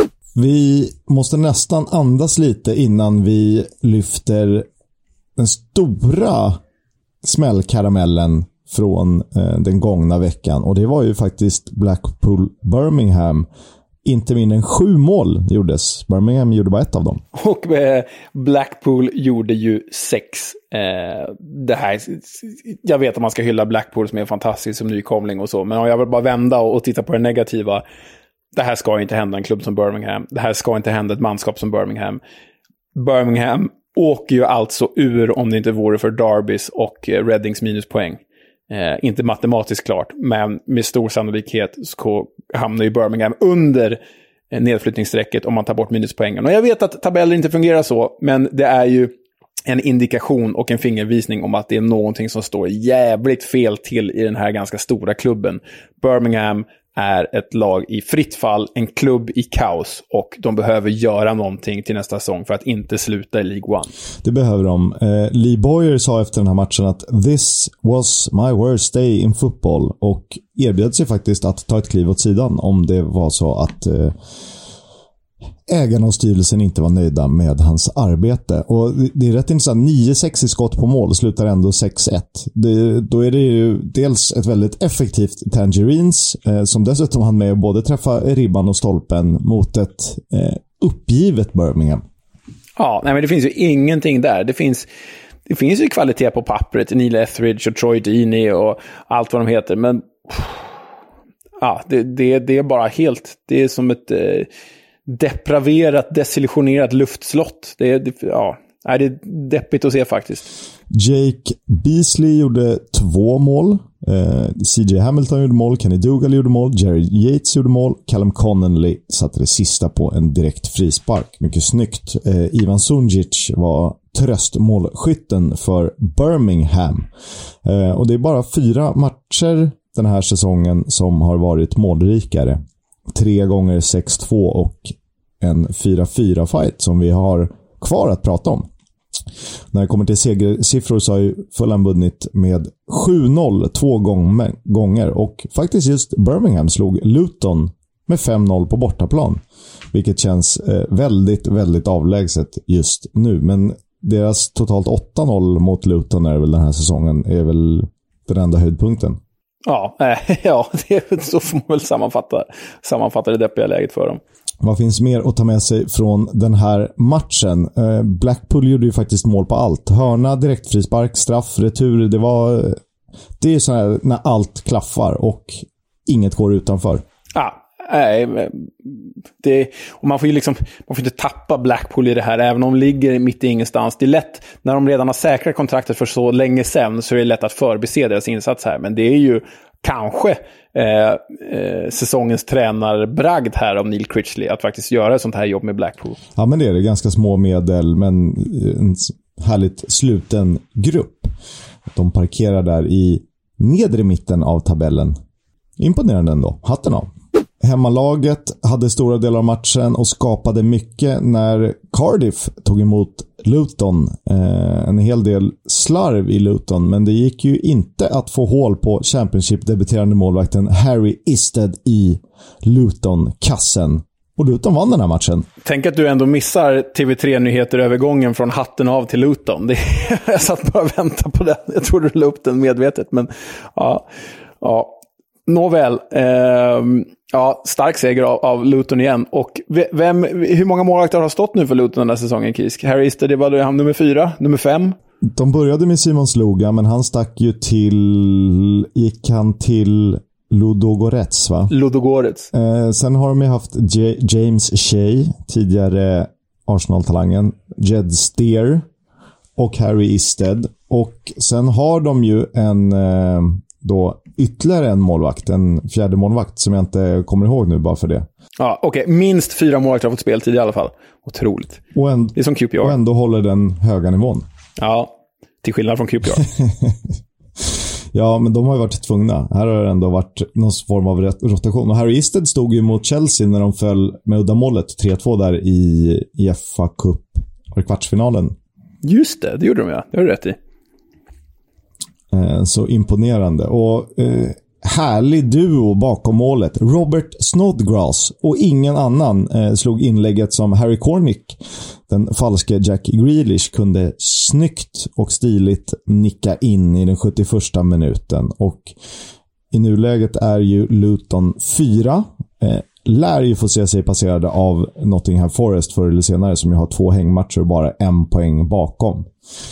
Vi måste nästan andas lite innan vi lyfter den stora smällkaramellen från eh, den gångna veckan, och det var ju faktiskt Blackpool Birmingham. Inte mindre än sju mål gjordes. Birmingham gjorde bara ett av dem. Och eh, Blackpool gjorde ju sex. Eh, det här, jag vet att man ska hylla Blackpool som är fantastisk som nykomling och så. Men om jag vill bara vända och, och titta på det negativa. Det här ska inte hända en klubb som Birmingham. Det här ska inte hända ett manskap som Birmingham. Birmingham åker ju alltså ur om det inte vore för Derbys och eh, Readings minuspoäng. Eh, inte matematiskt klart, men med stor sannolikhet så hamnar ju Birmingham under eh, nedflyttningsstrecket om man tar bort minuspoängen. Och jag vet att tabeller inte fungerar så, men det är ju en indikation och en fingervisning om att det är någonting som står jävligt fel till i den här ganska stora klubben. Birmingham är ett lag i fritt fall, en klubb i kaos, och de behöver göra någonting till nästa säsong för att inte sluta i League One. Det behöver de. Eh, Lee Bowyer sa efter den här matchen att "This was my worst day in football", och erbjöd sig faktiskt att ta ett kliv åt sidan om det var så att eh, ägarna och styrelsen inte var nöjda med hans arbete. Och det är rätt intressant. nio sex i skott på mål slutar ändå sex ett. Det, då är det ju dels ett väldigt effektivt Tangerines eh, som dessutom hann med att både träffa ribban och stolpen mot ett eh, uppgivet Birmingham. Ja, nej, men det finns ju ingenting där. Det finns, det finns ju kvalitet på pappret. Neil Etheridge och Troy Deeney och allt vad de heter. Men ja, det, det, det är bara helt... Det är som ett... Eh, depraverat, desillusionerat luftslott. Det är, det, ja, det är deppigt att se faktiskt. Jake Beasley gjorde två mål. Eh, C J Hamilton gjorde mål. Kenny Dougal gjorde mål. Jerry Yates gjorde mål. Callum Connolly satte det sista på en direkt frispark. Mycket snyggt. Eh, Ivan Sunjic var tröstmålskytten för Birmingham. Eh, och det är bara fyra matcher den här säsongen som har varit målrikare. Tre gånger sex två och en fyra fyra fight som vi har kvar att prata om. När det kommer till segersiffror så har ju Fulham vunnit med sju noll två gånger, och faktiskt just Birmingham slog Luton med fem noll på bortaplan, vilket känns väldigt, väldigt avlägset just nu. Men deras totalt åtta noll mot Luton är väl den här säsongen är väl den enda höjdpunkten. Ja, äh, ja det är, så får man väl sammanfatta, sammanfatta det deppiga läget för dem. Vad finns mer att ta med sig från den här matchen? Eh, Blackpool gjorde ju faktiskt mål på allt. Hörna, direkt frispark, straff, retur. Det var... Det är så här när allt klaffar och inget går utanför. Ja, nej. Det, och man får ju liksom... Man får inte tappa Blackpool i det här, även om de ligger mitt i ingenstans. Det är lätt, när de redan har säkrat kontraktet för så länge sedan, så är det lätt att förbise deras insats här. Men det är ju kanske... Eh, eh, säsongens tränarbragd här av Neil Critchley att faktiskt göra ett sånt här jobb med Blackpool. Ja, men det är det. Ganska små medel, men en härligt sluten grupp. De parkerar där i nedre mitten av tabellen. Imponerande ändå. Hatten av. Hemmalaget hade stora delar av matchen och skapade mycket när Cardiff tog emot Luton. Eh, en hel del slarv i Luton, men det gick ju inte att få hål på Championship-debuterande målvakten Harry Isted i Luton-kassen. Och Luton vann den här matchen. Tänk att du ändå missar T V tre-nyheter-övergången från hatten av till Luton. Det, jag satt bara och väntade på den. Jag trodde du la upp den medvetet, men ja, ja. Nåväl, eh, ja, stark seger av, av Luton igen. Och vem, hur många målvakter har stått nu för Luton den här säsongen, Kisk? Harry Isted, det var det han nummer fyra, nummer fem? De började med Simon Sloga, men han stack ju till... Gick han till Ludogorets, va? Ludogorets. Eh, sen har de ju haft J- James Shea, tidigare Arsenal-talangen, Jed Steer och Harry Isted. Och sen har de ju en... Eh, då ytterligare en målvakt, en fjärde målvakt som jag inte kommer ihåg nu bara för det. Ja, okej. Okay. Minst fyra målvakter har fått speltid i alla fall. Otroligt. Och en, det är som Q P R. Och ändå håller den höga nivån. Ja, till skillnad från Q P R. Ja, men de har ju varit tvungna. Här har det ändå varit någon form av rotation. Och Harry Isted stod ju mot Chelsea när de föll med uddamålet tre två där i, i F A Cup och kvartsfinalen. Just det, det gjorde de, ja. Det har du rätt i. Så imponerande. Och eh, härlig duo bakom målet. Robert Snodgrass och ingen annan eh, slog inlägget som Harry Cornick, den falske Jack Grealish, kunde snyggt och stiligt nicka in i den sjuttioförsta minuten. Och i nuläget är ju Luton fyra. Eh, lär ju få se sig passerade av Nottingham Forest förr eller senare, som ju har två hängmatcher och bara en poäng bakom.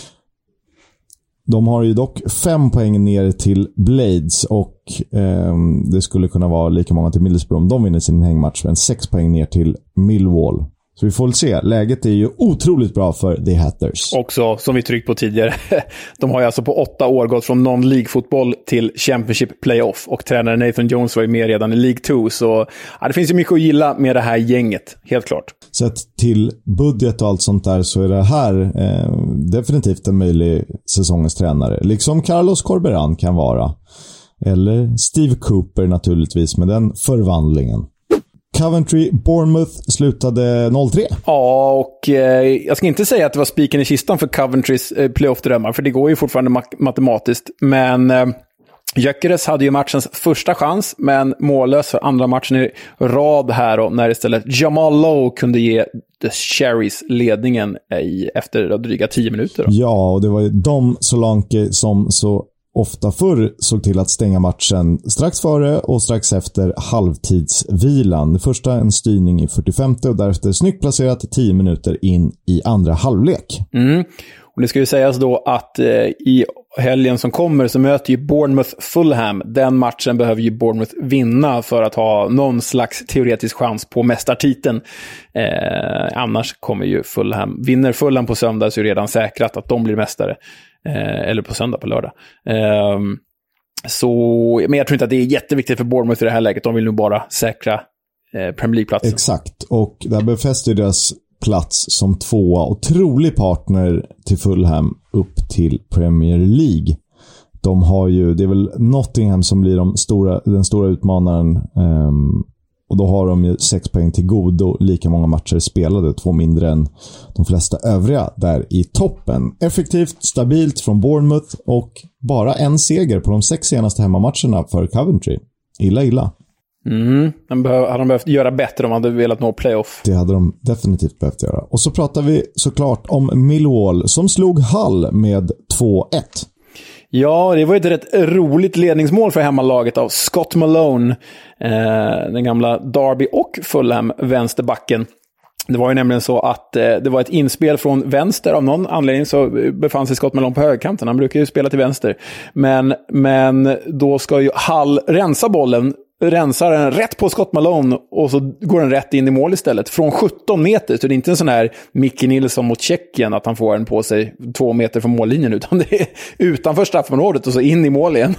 De har ju dock fem poäng ner till Blades och eh, det skulle kunna vara lika många till Middlesbrough om de vinner sin hängmatch, men sex poäng ner till Millwall. Så vi får väl se. Läget är ju otroligt bra för The Hatters. Också, som vi tryckt på tidigare, de har ju alltså på åtta år gått från non-league-fotboll till Championship Playoff, och tränare Nathan Jones var ju med redan i League två, så ja, det finns ju mycket att gilla med det här gänget, helt klart. Sett till budget och allt sånt där så är det här eh, definitivt en möjlig säsongens tränare. Liksom Carlos Corberan kan vara. Eller Steve Cooper naturligtvis, med den förvandlingen. Coventry Bournemouth slutade noll tre. Ja, och eh, jag ska inte säga att det var spiken i kistan för Coventrys eh, playoff-drömmar, för det går ju fortfarande mak- matematiskt. Men eh, Gyökeres hade ju matchens första chans, men mållös för andra matchen i rad här, och när istället Jamal Lowe kunde ge The Cherries ledningen i, efter dryga tio minuter. Då. Ja, och det var ju Dom Solanke som så ofta förr såg till att stänga matchen strax före och strax efter halvtidsvilan. Det första en styrning i fyrtiofemte och därefter snyggt placerat tio minuter in i andra halvlek. Mm. Och det ska ju sägas då att eh, i helgen som kommer så möter ju Bournemouth Fulham. Den matchen behöver ju Bournemouth vinna för att ha någon slags teoretisk chans på mästartiteln. Eh, annars kommer ju Fulham, vinner Fulham på söndag så är det redan säkrat att de blir mästare. Eh, eller på söndag, på lördag. Eh, så, men jag tror inte att det är jätteviktigt för Bournemouth i det här läget. De vill nog bara säkra eh, Premier League-platsen. Exakt, och där befäster deras plats som tvåa och trolig partner till Fulham upp till Premier League. De har ju, det är väl Nottingham som blir de stora, den stora utmanaren, um, och då har de ju sex poäng till godo, lika många matcher spelade, två mindre än de flesta övriga där i toppen. Effektivt, stabilt från Bournemouth och bara en seger på de sex senaste hemmamatcherna för Coventry. Illa, illa. Mm, de behöv, hade de behövt göra bättre om de hade velat nå playoff. Det hade de definitivt behövt göra. Och så pratar vi såklart om Millwall som slog Hull med två ett. Ja, det var ett rätt roligt ledningsmål för hemmalaget av Scott Malone, eh, den gamla Derby och Fulham vänsterbacken. Det var ju nämligen så att eh, det var ett inspel från vänster. Av någon anledning så befann sig Scott Malone på högerkanten. Han brukar ju spela till vänster. Men, men då ska ju Hull rensa bollen. Rensar den rätt på Scott Malone och så går den rätt in i mål istället. Från sjutton meter. Så det är inte en sån här Micke Nilsson mot Tjeckien att han får den på sig två meter från mållinjen. Utan det är utanför straffområdet och så in i mål igen.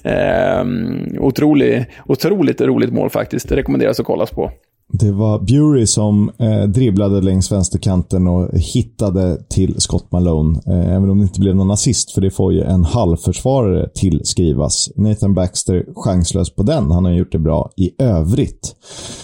Eh, otroligt, otroligt roligt mål faktiskt. Det rekommenderas att kollas på. Det var Bury som eh, dribblade längs vänsterkanten och hittade till Scott Malone. Eh, även om det inte blev någon assist, för det får ju en halvförsvarare tillskrivas. Nathan Baxter chanslös på den. Han har gjort det bra i övrigt.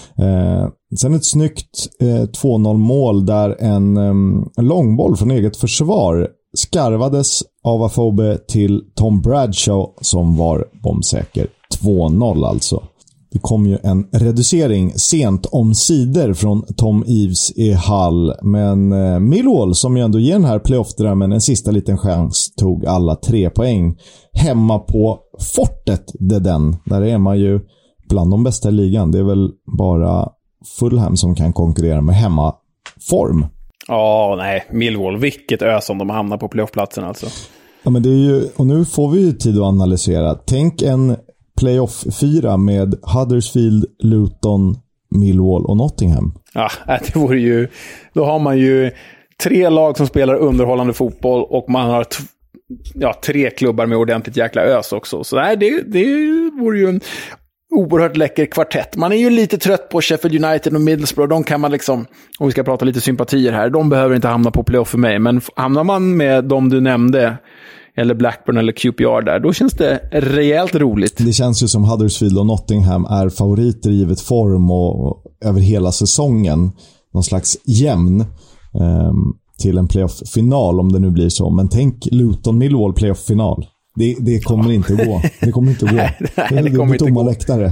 Eh, sen ett snyggt eh, två noll mål där en, um, en långboll från eget försvar skarvades av Afobe till Tom Bradshaw som var bombsäker. två noll alltså. Det kom ju en reducering sent om sidor från Tom Eves i Hull. Men eh, Millwall, som ju ändå ger den här playoff-drömmen en sista liten chans, tog alla tre poäng hemma på Fortet. Det den. Där är man ju bland de bästa i ligan. Det är väl bara Fulham som kan konkurrera med hemmaform. Ja, nej. Millwall, vilket ös om de hamnar på playoff-platsen alltså. Ja, men det är ju, och nu får vi ju tid att analysera. Tänk en playoff fyra med Huddersfield, Luton, Millwall och Nottingham. Ja, det vore ju... Då har man ju tre lag som spelar underhållande fotboll och man har t- ja, tre klubbar med ordentligt jäkla ös också. Så nej, det, det vore ju en oerhört läcker kvartett. Man är ju lite trött på Sheffield United och Middlesbrough. De kan man liksom, om vi ska prata lite sympatier här, de behöver inte hamna på playoff för mig. Men hamnar man med de du nämnde, eller Blackburn eller Q P R där, då känns det rejält roligt. Det känns ju som Huddersfield och Nottingham är favoriter givet form och, och över hela säsongen. Någon slags jämn eh, till en playoff-final om det nu blir så. Men tänk Luton Millwall playoff-final. Det, det kommer inte att gå. Det kommer inte att gå. nej, nej, det, det, det kommer inte inte tomma gå. läktare.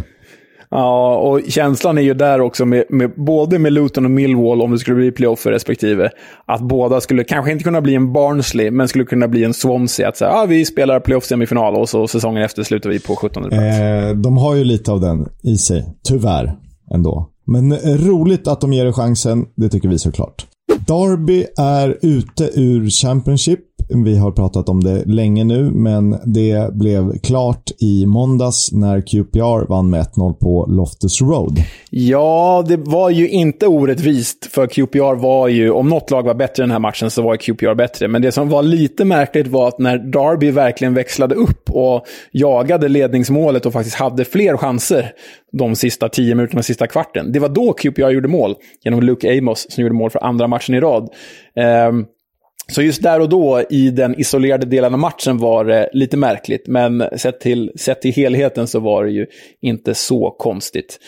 Ja, och känslan är ju där också med, med både med Luton och Millwall, om det skulle bli playoff för respektive, att båda skulle kanske inte kunna bli en Barnsley, men skulle kunna bli en Swansea, att säga, ah, vi spelar playoff-semifinal och så säsongen efter slutar vi på sjuttonde plats. Eh, de har ju lite av den i sig, tyvärr ändå. Men eh, roligt att de ger det chansen, det tycker vi såklart. Derby är ute ur Championship. Vi har pratat om det länge nu, men det blev klart i måndags när Q P R vann med ett noll på Loftus Road. Ja, det var ju inte orättvist, för Q P R var ju, om något lag var bättre den här matchen så var Q P R bättre. Men det som var lite märkligt var att när Derby verkligen växlade upp och jagade ledningsmålet och faktiskt hade fler chanser de sista tio minuterna, sista kvarten, det var då Q P R gjorde mål genom Luke Amos som gjorde mål för andra matchen i rad. Um, Så just där och då i den isolerade delen av matchen var det lite märkligt. Men sett till, sett till helheten så var det ju inte så konstigt.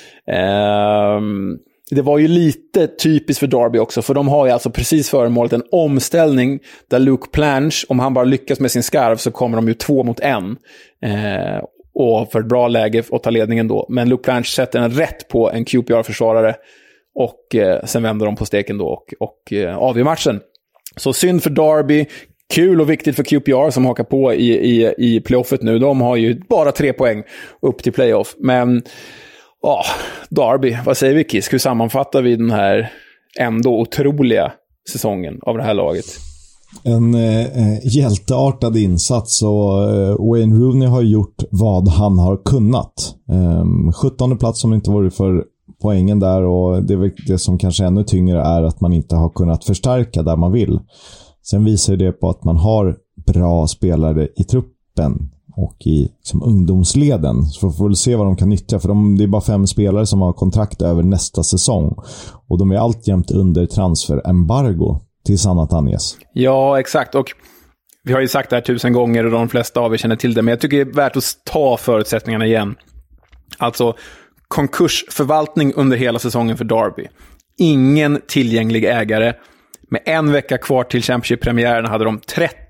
Ehm, det var ju lite typiskt för Derby också. För de har ju alltså precis före målet en omställning där Luke Planche, om han bara lyckas med sin skarv så kommer de ju två mot en. Ehm, och för ett bra läge att ta ledningen då. Men Luke Planche sätter en rätt på en Q P R-försvarare. Och eh, sen vänder de på steken då och, och eh, avgör matchen. Så synd för Derby, kul och viktigt för Q P R som hakar på i, i, i playoffet nu. De har ju bara tre poäng upp till playoff. Men, ja, Derby, vad säger vi Kisk? Hur sammanfattar vi den här ändå otroliga säsongen av det här laget? En eh, hjälteartad insats och eh, Wayne Rooney har gjort vad han har kunnat. Eh, sjuttonde plats som inte varit för poängen där, och det, det som kanske ännu tyngre är att man inte har kunnat förstärka där man vill. Sen visar det på att man har bra spelare i truppen och i liksom, ungdomsleden. Så får vi se vad de kan nyttja, för de, det är bara fem spelare som har kontrakt över nästa säsong. Och de är alltjämt under transferembargo tills annat anges. Ja, exakt. Och vi har ju sagt det här tusen gånger och de flesta av er känner till det, men jag tycker det är värt att ta förutsättningarna igen. Alltså konkursförvaltning under hela säsongen för Derby. Ingen tillgänglig ägare. Med en vecka kvar till Championship-premiären hade de tretton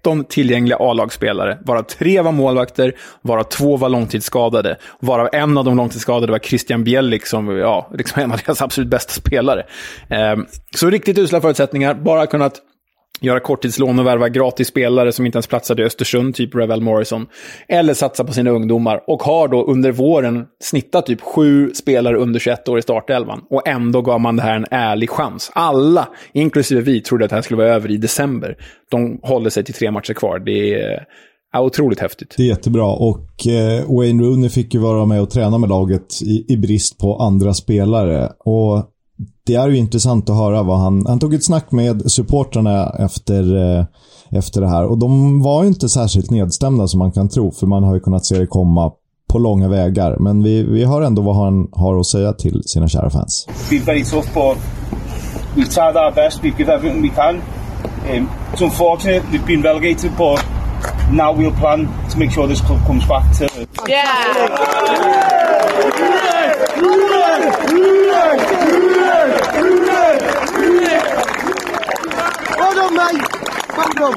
tretton tillgängliga A-lagsspelare, varav tre var målvakter, varav två var långtidsskadade, varav en av de långtidsskadade var Christian Bielik som ja, liksom en av deras absolut bästa spelare. Eh, så riktigt usla förutsättningar, bara kunnat göra korttidslån och värva gratis spelare som inte ens platsade i Östersund, typ Ravel Morrison, eller satsa på sina ungdomar, och har då under våren snittat typ sju spelare under tjugoett år i startelvan, och ändå gav man det här en ärlig chans. Alla, inklusive vi, trodde att det här skulle vara över i december. De håller sig till tre matcher kvar. Det är ja, otroligt häftigt. Det är jättebra, och eh, Wayne Rooney fick ju vara med och träna med laget i, i brist på andra spelare, och det är ju intressant att höra vad han... Han tog ett snack med supportrarna efter, eh, efter det här. Och de var ju inte särskilt nedstämda som man kan tro. För man har ju kunnat se det komma på långa vägar. Men vi, vi har ändå vad han har att säga till sina kära fans. It's been very tough, but we've tried our best. We've given everything we can. Um, it's unfortunate we've been relegated, but now we'll plan to make sure this club comes back to... Yeah! Well done, mate. Well done.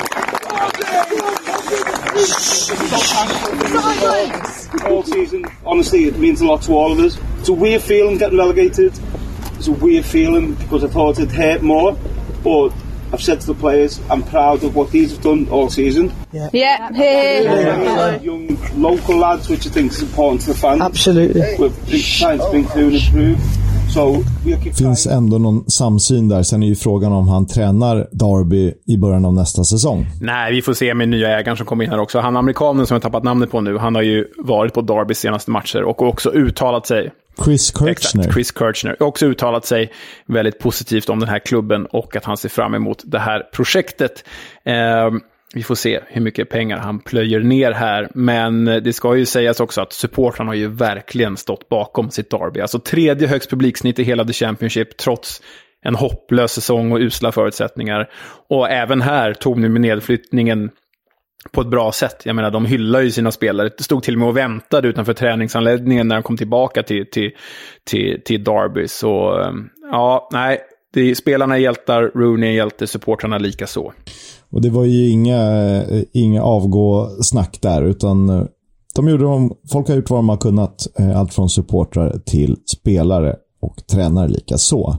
All season, honestly, it means a lot to all of us. It's a weird feeling getting relegated. It's a weird feeling because I thought it'd hurt more. But I've said to the players, I'm proud of what these have done all season. Yeah. Yeah. Hey. Yeah. Young local lads, which I think is important to the fans. Absolutely. We're trying to bring through and improve. So finns ändå någon samsyn där. Sen är ju frågan om han tränar Derby i början av nästa säsong. Nej, vi får se med nya ägaren som kommer in här också. Han amerikanen som jag tappat namnet på nu, han har ju varit på Derbys senaste matcher och också uttalat sig. Chris Kirchner. Exakt, Chris Kirchner. Också uttalat sig väldigt positivt om den här klubben och att han ser fram emot det här projektet. Eh, vi får se hur mycket pengar han plöjer ner här. Men det ska ju sägas också att supportrarna har ju verkligen stått bakom sitt Derby. Alltså tredje högst publiksnitt i hela The Championship trots en hopplös säsong och usla förutsättningar. Och även här tog nu med nedflyttningen på ett bra sätt. Jag menar, de hyllar ju sina spelare. Det stod till och med och väntade utanför träningsanläggningen när de kom tillbaka till, till, till, till Derby. Så ja, nej. Det, spelarna är hjältar, Rooney är hjälte, supportrarna lika så. Och det var ju inga, inga avgå-snack där, utan de gjorde de, folk har gjort vad de har kunnat, allt från supportrar till spelare och tränare lika så.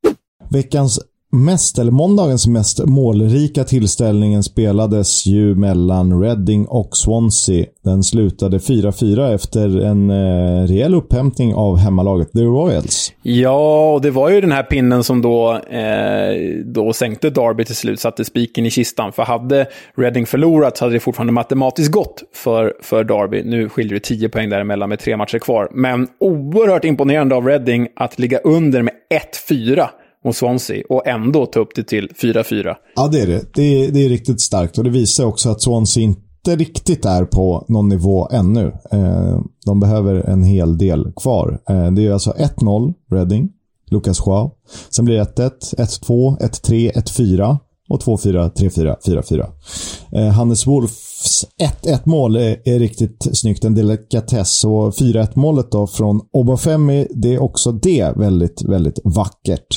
Veckans mest, eller måndagens mest målrika tillställningen spelades ju mellan Reading och Swansea. Den slutade fyra fyra efter en eh, rejäl upphämtning av hemmalaget The Royals. Ja, och det var ju den här pinnen som då, eh, då sänkte Derby till slut, satte spiken i kistan. För hade Reading förlorat så hade det fortfarande matematiskt gått för, för Derby. Nu skiljer det tio poäng däremellan med tre matcher kvar. Men oerhört imponerande av Reading att ligga under med ett fyra mot Swansea och ändå ta upp det till fyra fyra. Ja, det är det. Det är, det är riktigt starkt, och det visar också att Swansea inte riktigt är på någon nivå ännu. Eh, de behöver en hel del kvar. Eh, det är alltså ett noll Reading, Lucas João. Sen blir det ett ett, ett två, ett tre, ett fyra och två fyra, tre fyra, fyra fyra. Eh, Hannes Wolfs ett ett mål är, är riktigt snyggt, en delikatess, och fyra ett målet då från Obafemi, det är också det väldigt, väldigt vackert.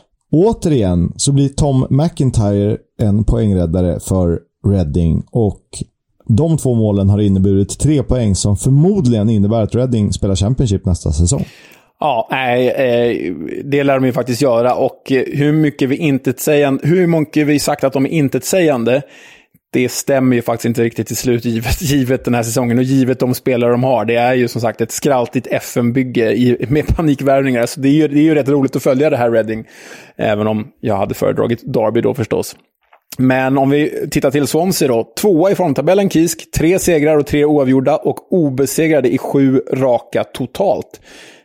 Återigen så blir Tom McIntyre en poängräddare för Reading, och de två målen har inneburit tre poäng som förmodligen innebär att Reading spelar Championship nästa säsong. Ja, nej, eh, det lär de ju faktiskt göra, och hur mycket vi intetsägande, hur mycket vi sagt att de är intetsägande, det stämmer ju faktiskt inte riktigt till slut givet, givet den här säsongen och givet de spelare de har. Det är ju som sagt ett skraltigt F M-bygge i, med panikvärvningar. Så det är, ju, det är ju rätt roligt att följa det här Reading, även om jag hade föredragit Derby då förstås. Men om vi tittar till Swansea då, tvåa i formtabellen Kisk, tre segrar och tre oavgjorda och obesegrade i sju raka totalt.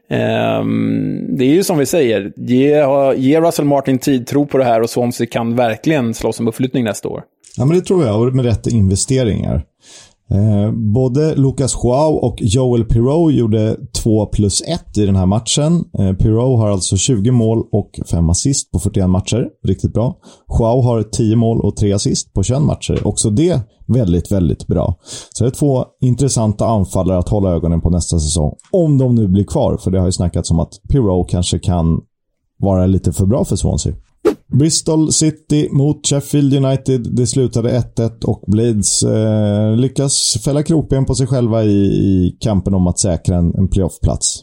Um, det är ju som vi säger, ge, ge Russell Martin tid, tro på det här, och Swansea kan verkligen slåss om uppflyttning nästa år. Ja, men det tror jag, med rätt investeringar. Eh, både Lucas João och Joel Pirou gjorde två plus ett i den här matchen. Eh, Pirou har alltså tjugo mål och fem assist på fyrtioen matcher. Riktigt bra. João har tio mål och tre assist på tjugoen matcher. Också det väldigt, väldigt bra. Så det är två intressanta anfallare att hålla ögonen på nästa säsong. Om de nu blir kvar, för det har ju snackats om att Pirou kanske kan vara lite för bra för Swansea. Bristol City mot Sheffield United. Det slutade ett ett och Blades eh, lyckas fälla krokben på sig själva i, i kampen om att säkra en, en playoffplats.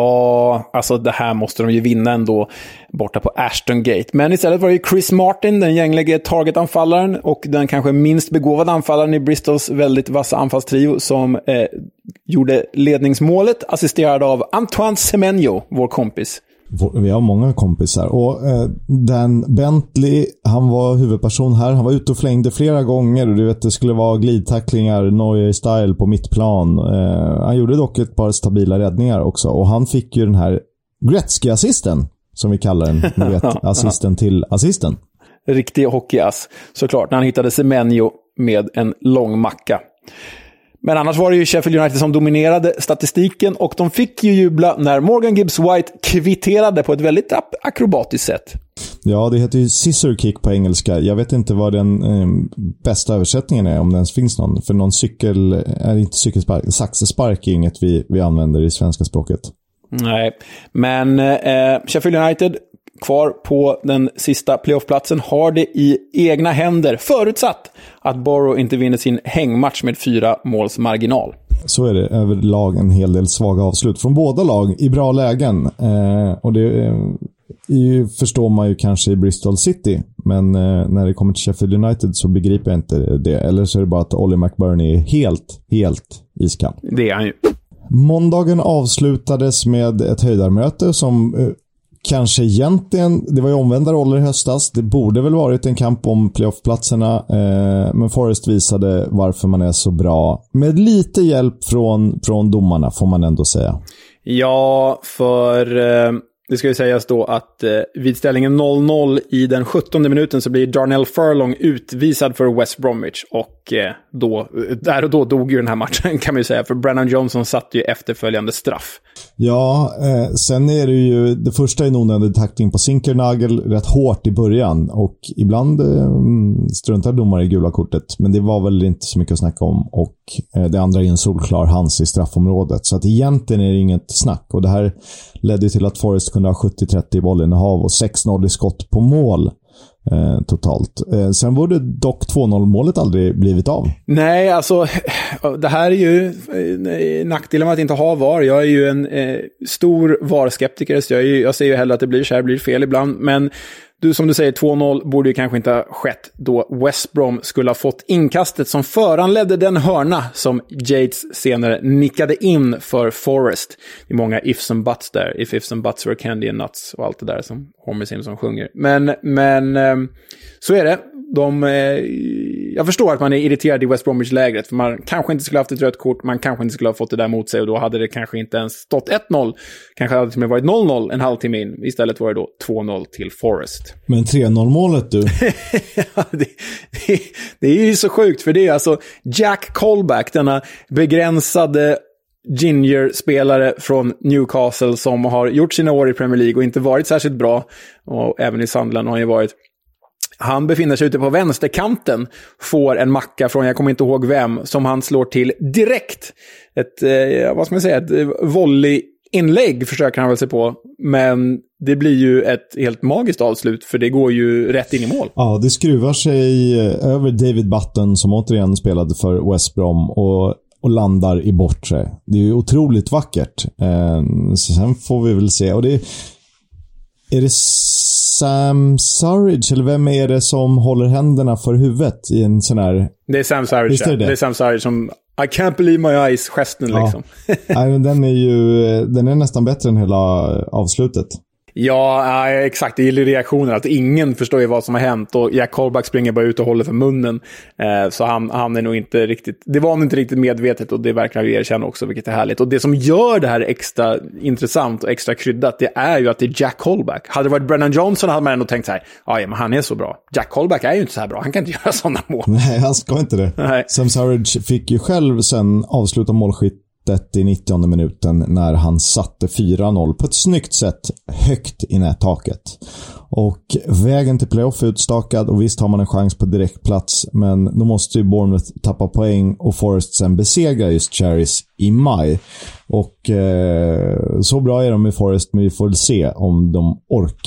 Ja, alltså det här måste de ju vinna ändå borta på Ashton Gate. Men istället var det Chris Martin, den gänglige targetanfallaren och den kanske minst begåvade anfallaren i Bristols väldigt vassa anfallstrio som eh, gjorde ledningsmålet, assisterad av Antoine Semenyo, vår kompis. Vi har många kompisar. Och eh, Dan Bentley, han var huvudperson här. Han var ute och flängde flera gånger. Du vet, det skulle vara glidtacklingar, Neuer-style på mittplan. Eh, han gjorde dock ett par stabila räddningar också. Och han fick ju den här Gretzky-assisten, som vi kallar den. Ni vet, assisten till assisten. Riktig hockeyass, såklart. När han hittade Semenyo med en lång macka. Men annars var det ju Sheffield United som dominerade statistiken och de fick ju jubla när Morgan Gibbs-White kvitterade på ett väldigt akrobatiskt sätt. Ja, det heter ju scissor kick på engelska. Jag vet inte vad den eh, bästa översättningen är, om det ens finns någon. För någon cykel är inte cykelspark. Saxespark är inget vi, vi använder i svenska språket. Nej, men eh, Sheffield United kvar på den sista playoffplatsen har det i egna händer, förutsatt att Borough inte vinner sin hängmatch med fyra måls marginal. Så är det överlag en hel del svaga avslut från båda lag i bra lägen. Eh, och det eh, förstår man ju kanske i Bristol City, men eh, när det kommer till Sheffield United så begriper jag inte det. Eller så är det bara att Ollie McBurney är helt, helt iskall. Det är han ju. Måndagen avslutades med ett höjdarmöte som eh, kanske egentligen, det var ju omvända roller i höstas. Det borde väl varit en kamp om playoffplatserna, eh, men Forest visade varför man är så bra. Med lite hjälp från, från domarna får man ändå säga. Ja, för eh, det ska ju sägas då att eh, vid ställningen noll noll i den sjuttonde minuten så blir Darnell Furlong utvisad för West Bromwich och eh, då, där och då dog ju den här matchen kan man ju säga, för Brennan Johnson satt ju efterföljande straff. Ja, eh, sen är det ju det första är en onödig tackling på Sinkernagel rätt hårt i början och ibland eh, struntar domare i gula kortet, men det var väl inte så mycket att snacka om och eh, det andra är en solklar hands i straffområdet, så att egentligen är det inget snack och det här ledde till att Forest kunde ha sjuttio trettio i bollinnehav och sex noll i skott på mål. Eh, totalt. Eh, sen var det dock två noll målet aldrig blivit av. Nej, alltså det här är ju eh, nackdelen med att inte ha V A R. Jag är ju en eh, stor V A R-skeptiker, så jag, är ju, jag ser ju hellre att det blir så här, blir fel ibland, men du, som du säger, två noll borde ju kanske inte ha skett då West Brom skulle ha fått inkastet som föranledde den hörna som Yates senare nickade in för Forest. Det är många ifs and buts där. If ifs and buts were candy and nuts och allt det där som Homer Simpson sjunger. Men, men så är det. De, jag förstår att man är irriterad i West Bromwich-lägret, för man kanske inte skulle ha haft ett rött kort, man kanske inte skulle ha fått det där mot sig och då hade det kanske inte ens stått ett noll. Kanske hade det till och med varit noll noll en halvtimme in. Istället var det då två noll till Forest. Men tre noll målet du. ja, det, det, det är ju så sjukt, för det är alltså Jack Colback, denna begränsade Ginger-spelare från Newcastle som har gjort sina år i Premier League och inte varit särskilt bra, och även i Sunderland har han ju varit. Han befinner sig ute på vänsterkanten, får en macka från, jag kommer inte ihåg vem, som han slår till direkt. Ett, eh, vad ska man säga, ett volley-inlägg försöker han väl sig på, men det blir ju ett helt magiskt avslut, för det går ju rätt in i mål. Ja, det skruvar sig över David Button som återigen spelade för West Brom och och landar i bortre. Det är ju otroligt vackert. Eh, sen får vi väl se. Och det är, är det Sam Surridge eller vem är det som håller händerna för huvudet i en sån här... Det är Sam Surridge. Är det? det är Sam Surridge som I can't believe my eyes-gesten ja. liksom. Nej, men den är ju den är nästan bättre än hela avslutet. Ja, exakt. Det gillar reaktioner. Att ingen förstår ju vad som har hänt. Och Jack Colback springer bara ut och håller för munnen. Eh, så han, han är nog inte riktigt... Det var nog inte riktigt medvetet, och det verkar vi erkänna också, vilket är härligt. Och det som gör det här extra intressant och extra kryddat, det är ju att det är Jack Colback. Hade det varit Brennan Johnson hade man ändå tänkt så här: ja, men han är så bra. Jack Colback är ju inte så här bra. Han kan inte göra sådana mål. Nej, han ska inte det. Nej. Sam Surridge fick ju själv sen avsluta målskytt i nittionde minuten när han satte fyra noll på ett snyggt sätt högt i nättaket. Och vägen till playoff är utstakad, och visst har man en chans på direktplats, men då måste ju Bournemouth tappa poäng och Forest sen besegra just Cherries i maj. Och eh, så bra är de i Forest, men vi får se om de orkar.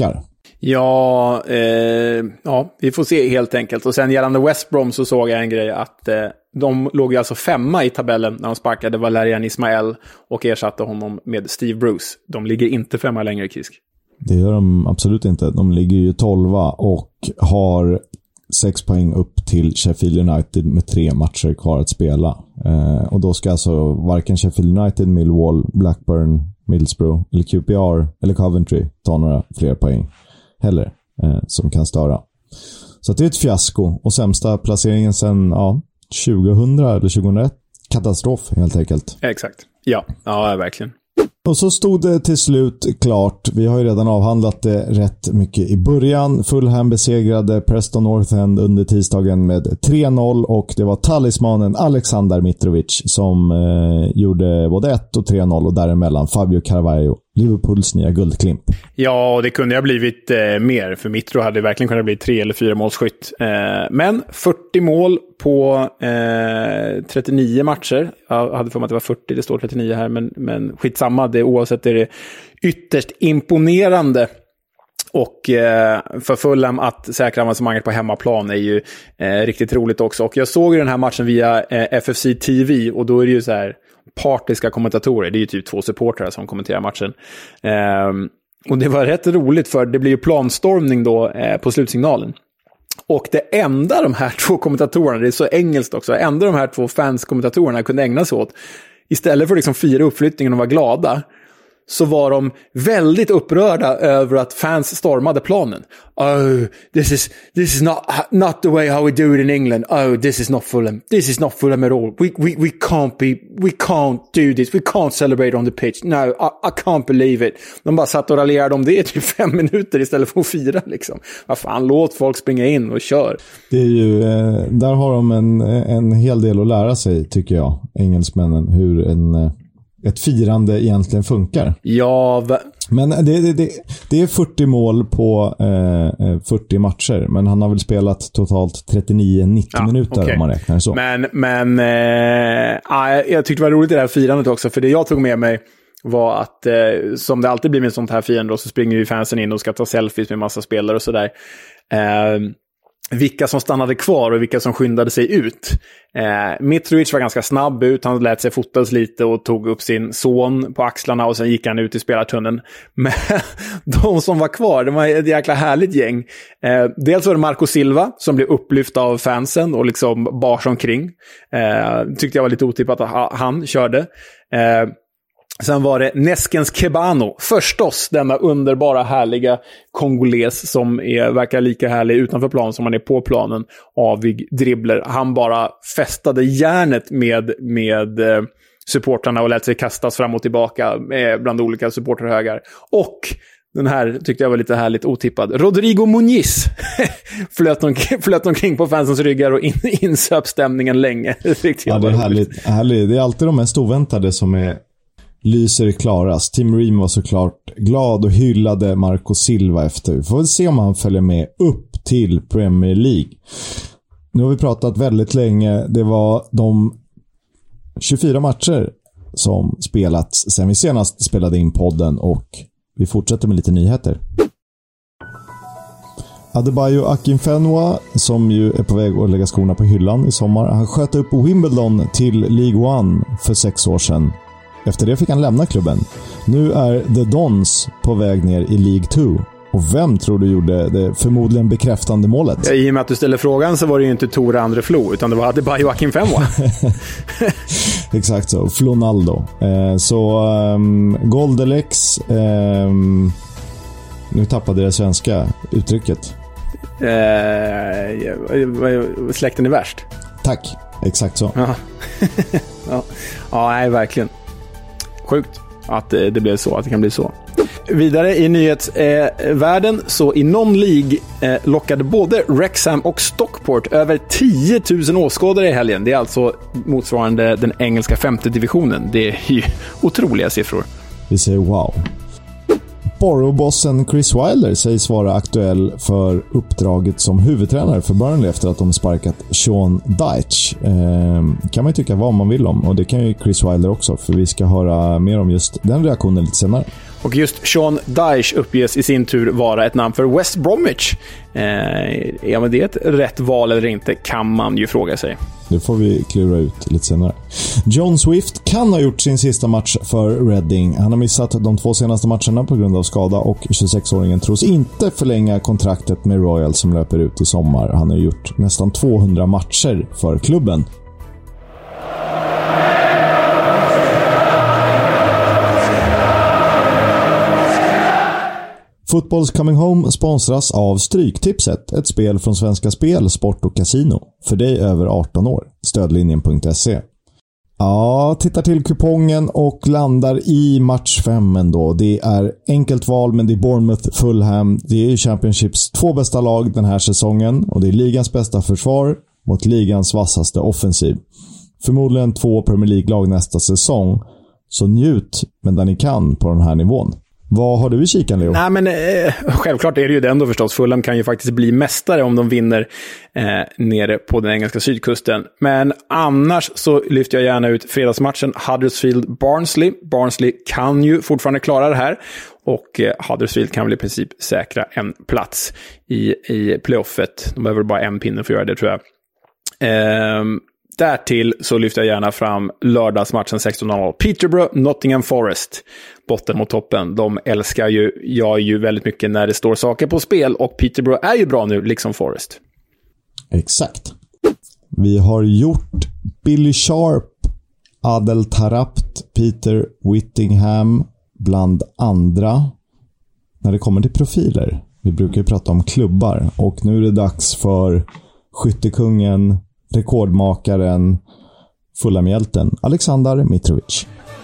Ja, eh, ja, vi får se helt enkelt. Och sen gällande West Brom så såg jag en grej att eh, de låg ju alltså femma i tabellen när de sparkade Valerian Ismael och ersatte honom med Steve Bruce. De ligger inte femma längre, Kisk. Det gör de absolut inte. De ligger ju tolva och har sex poäng upp till Sheffield United med tre matcher kvar att spela. Eh, och då ska alltså varken Sheffield United, Millwall, Blackburn, Middlesbrough eller Q P R eller Coventry ta några fler poäng heller eh, som kan störa. Så det är ett fiasko och sämsta placeringen sedan ja, tjugohundra eller tjugohundraett. Katastrof helt enkelt. Exakt. Ja, ja verkligen. Och så stod det till slut klart. Vi har ju redan avhandlat det rätt mycket i början. Fulham besegrade Preston North End under tisdagen med tre noll och det var talismanen Alexander Mitrovic som eh, gjorde både ett och tre noll och däremellan Fabio Carvalho, Liverpools nya guldklimp. Ja, och det kunde ha blivit eh, mer för Mitro hade verkligen kunnat bli tre eller fyra målskytt. Eh, men fyrtio mål på eh, trettionio matcher. Jag hade för mig att det var fyrtio, det står trettionio här, men, men skitsamma. Det, oavsett är det ytterst imponerande. Och eh, för Fulham att säkra avancemanget på hemmaplan är ju eh, riktigt roligt också. Och jag såg ju den här matchen via eh, F F C T V och då är det ju så här partiska kommentatorer. Det är ju typ två supportrar som kommenterar matchen. Eh, och det var rätt roligt för det blir ju planstormning då eh, på slutsignalen. Och det enda de här två kommentatorerna, det är så engelskt också, det enda de här två fanskommentatorerna kunde ägna sig åt, istället för liksom fira uppflyttningen och vara glada, så var de väldigt upprörda över att fans stormade planen. Oh, this is this is not not the way how we do it in England. Oh, this is not Fulham. This is not Fulham at all. We we we can't be we can't do this. We can't celebrate on the pitch. No, I, I can't believe it. De bara satt och raljerade om det i typ fem minuter istället för att fira liksom. Vad fan, låt folk springa in och kör. Det är ju eh, där har de en en hel del att lära sig tycker jag, engelsmännen, hur en ett firande egentligen funkar. Ja, va- men det, det, det, det är fyrtio mål på eh, fyrtio matcher, men han har väl spelat totalt trettionio nittio ja, minuter okay. Om man räknar så. Men, men eh, jag tyckte det var roligt det här firandet också, för det jag tog med mig var att eh, som det alltid blir med sånt här firande så springer ju fansen in och ska ta selfies med massa spelare och sådär. Eh, vilka som stannade kvar och vilka som skyndade sig ut. Eh, Mitrovic var ganska snabb ut, han lät sig fotas lite och tog upp sin son på axlarna och sen gick han ut i spelartunneln. Men de som var kvar, det var ett jäkla härligt gäng. Eh, dels var det Marco Silva som blev upplyft av fansen och liksom bars omkring. Eh, tyckte jag var lite otippat att han körde. Eh, Sen var det Neskens Kebano, förstås denna underbara härliga kongoles som är, verkar lika härlig utanför plan som han är på planen, avig dribbler. Han bara fästade järnet med, med eh, supportrarna och lät sig kastas fram och tillbaka eh, bland olika supporterhögar. Och den här tyckte jag var lite härligt otippad. Rodrigo Muniz flöt, omkring, flöt omkring på fansens ryggar och in, insöp stämningen länge. Det ja, det är härligt, härligt. Det är alltid de mest oväntade som är lyser klarast. Tim Ream var såklart glad och hyllade Marco Silva efter. Vi får väl se om han följer med upp till Premier League. Nu har vi pratat väldigt länge. Det var de tjugofyra matcher som spelats sen vi senast spelade in podden och vi fortsätter med lite nyheter. Adebayo Akinfenwa, som ju är på väg att lägga skorna på hyllan i sommar, han sköt upp Wimbledon till League One för sex år sedan. Efter det fick han lämna klubben. Nu är The Dons på väg ner i League två. Och vem tror du gjorde det förmodligen bekräftande målet? Ja, i och med att du ställer frågan så var det ju inte Tore Andreflo utan det var Adebayo Akinfenwa. Exakt så, Flonaldo. Eh, så um, Goldelex um, nu tappade det svenska uttrycket. Eh, släkten är värst. Tack, exakt så. Ja, ja. Ja, nej, verkligen. Sjukt att det blev så, att det kan bli så. Vidare i nyhetsvärlden eh, så i non-league eh, lockade både Wrexham och Stockport över tio tusen åskådare i helgen. Det är alltså motsvarande den engelska femte divisionen. Det är ju otroliga siffror. Vi säger wow. Borough-bossen Chris Wilder sägs vara aktuell för uppdraget som huvudtränare för Burnley efter att de sparkat Sean Dyche. Eh, kan man ju tycka vad man vill om, och det kan ju Chris Wilder också, för vi ska höra mer om just den reaktionen lite senare. Och just Sean Dyche uppges i sin tur vara ett namn för West Bromwich. Eh, ja, men det är ett rätt val eller inte, kan man ju fråga sig. Det får vi klura ut lite senare. John Swift kan ha gjort sin sista match för Reading. Han har missat de två senaste matcherna på grund av skada och tjugosexåringen tros inte förlänga kontraktet med Royal som löper ut i sommar. Han har gjort nästan tvåhundra matcher för klubben. Fotbolls Coming Home sponsras av Stryktipset, ett spel från Svenska Spel, Sport och Casino. För dig över arton år. Stödlinjen punkt se. Ja, tittar till kupongen och landar i match fem ändå. Det är enkelt val, men det är Bournemouth, Fulham. Det är Championships två bästa lag den här säsongen. Och det är ligans bästa försvar mot ligans vassaste offensiv. Förmodligen två Premier League-lag nästa säsong. Så njut, men där ni kan på den här nivån. Vad har du i kikan, Leo? Nej, men eh, självklart är det ju det ändå förstås. Fulham kan ju faktiskt bli mästare om de vinner eh, nere på den engelska sydkusten. Men annars så lyfter jag gärna ut fredagsmatchen Huddersfield-Barnsley. Barnsley kan ju fortfarande klara det här. Och eh, Huddersfield kan väl i princip säkra en plats i, i playoffet. De behöver bara en pinne för att göra det, tror jag. Eh, Därtill så lyfter jag gärna fram lördagsmatchen sexton noll noll. Peterborough, Nottingham Forest. Botten mot toppen. De älskar ju jag ju väldigt mycket när det står saker på spel. Och Peterborough är ju bra nu, liksom Forest. Exakt. Vi har gjort Billy Sharp, Adel Tarabt, Peter Whittingham bland andra. När det kommer till profiler. Vi brukar ju prata om klubbar. Och nu är det dags för skyttekungen, rekordmakaren, Fulham-hjälten Aleksandar Mitrovic.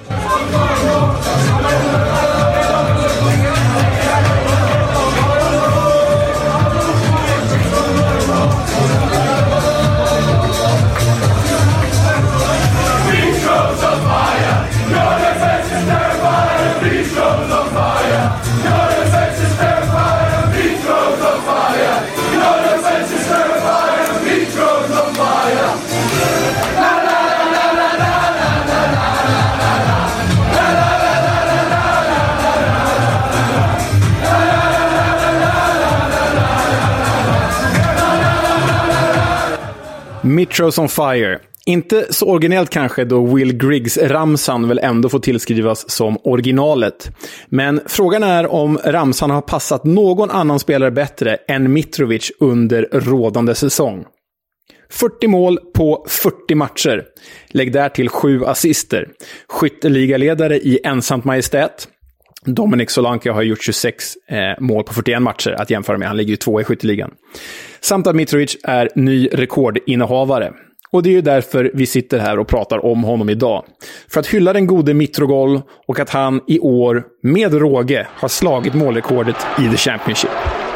Mitros on fire. Inte så originellt kanske, då Will Griggs-ramsan väl ändå får tillskrivas som originalet. Men frågan är om ramsan har passat någon annan spelare bättre än Mitrovic under rådande säsong. fyrtio mål på fyrtio matcher. Lägg där till sju assister. Skytteligaledare i ensamt majestät. Dominic Solanke har gjort tjugosex eh, mål på fyrtioen matcher att jämföra med. Han ligger ju två i skytteligan. Samt att Mitrovic är ny rekordinnehavare. Och det är ju därför vi sitter här och pratar om honom idag. För att hylla den gode Mitrogol och att han i år med råge har slagit målrekordet i The Championship.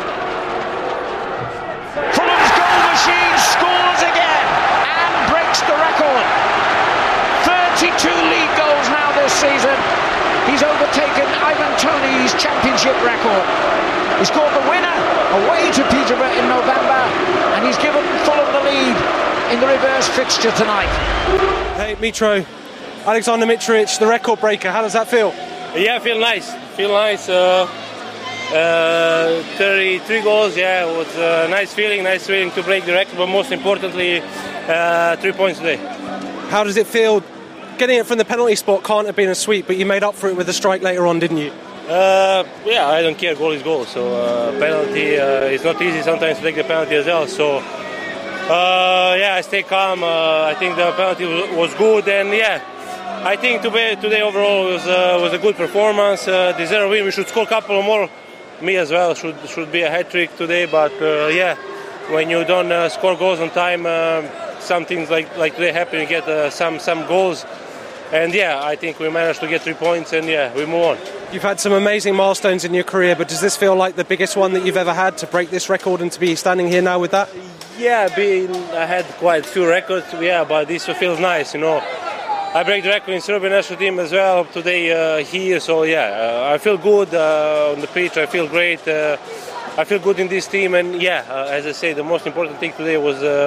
Fulham's goal machine scores again and breaks the record. thirty-two league goals now this season. He's overtaken Ivan Toney's championship record. He scored the winner away to Peterborough in November, and he's given Fulham the lead in the reverse fixture tonight. Hey, Mitro, Aleksandar Mitrovic, the record breaker. How does that feel? Yeah, I feel nice. Feel nice. Uh, uh, thirty-three goals. Yeah, it was a nice feeling. Nice feeling to break the record, but most importantly, uh, three points today. How does it feel? Getting it from the penalty spot can't have been a sweep, but you made up for it with a strike later on, didn't you? Uh, yeah, I don't care. Goal is goal. So uh, penalty. Uh, it's not easy sometimes to take the penalty as well. So. Uh, yeah, I stay calm. Uh, I think the penalty was good, and yeah, I think today, today overall was uh, was a good performance. Uh, deserve win. We should score a couple more. Me as well should should be a hat trick today, but uh, yeah, when you don't uh, score goals on time, uh, some things like like today happen. You get uh, some some goals, and yeah, I think we managed to get three points, and yeah, we move on. You've had some amazing milestones in your career, but does this feel like the biggest one that you've ever had to break this record and to be standing here now with that? Yeah, being, I had quite a few records, yeah, but this feels nice, you know. I break the record in Serbian national team as well today uh, here, so yeah, uh, I feel good uh, on the pitch, I feel great, uh, I feel good in this team, and yeah, uh, as I say, the most important thing today was uh,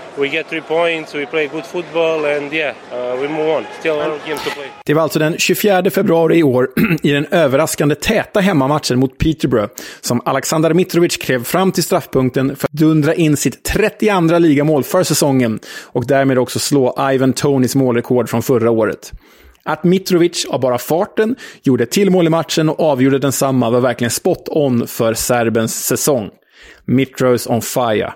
we get three points, we play good football, and yeah, uh, we move on. Still a lot of games to play. Det var alltså den tjugofjärde februari i år i den överraskande täta hemmamatchen mot Peterborough som Aleksandar Mitrovic klev fram till straffpunkten för att dundra in sitt trettioandra ligamål för säsongen och därmed också slå Ivan Tonys målrekord från förra året. Att Mitrovic av bara farten gjorde till mål i matchen och avgjorde densamma var verkligen spot on för Serbens säsong. Mitros on fire.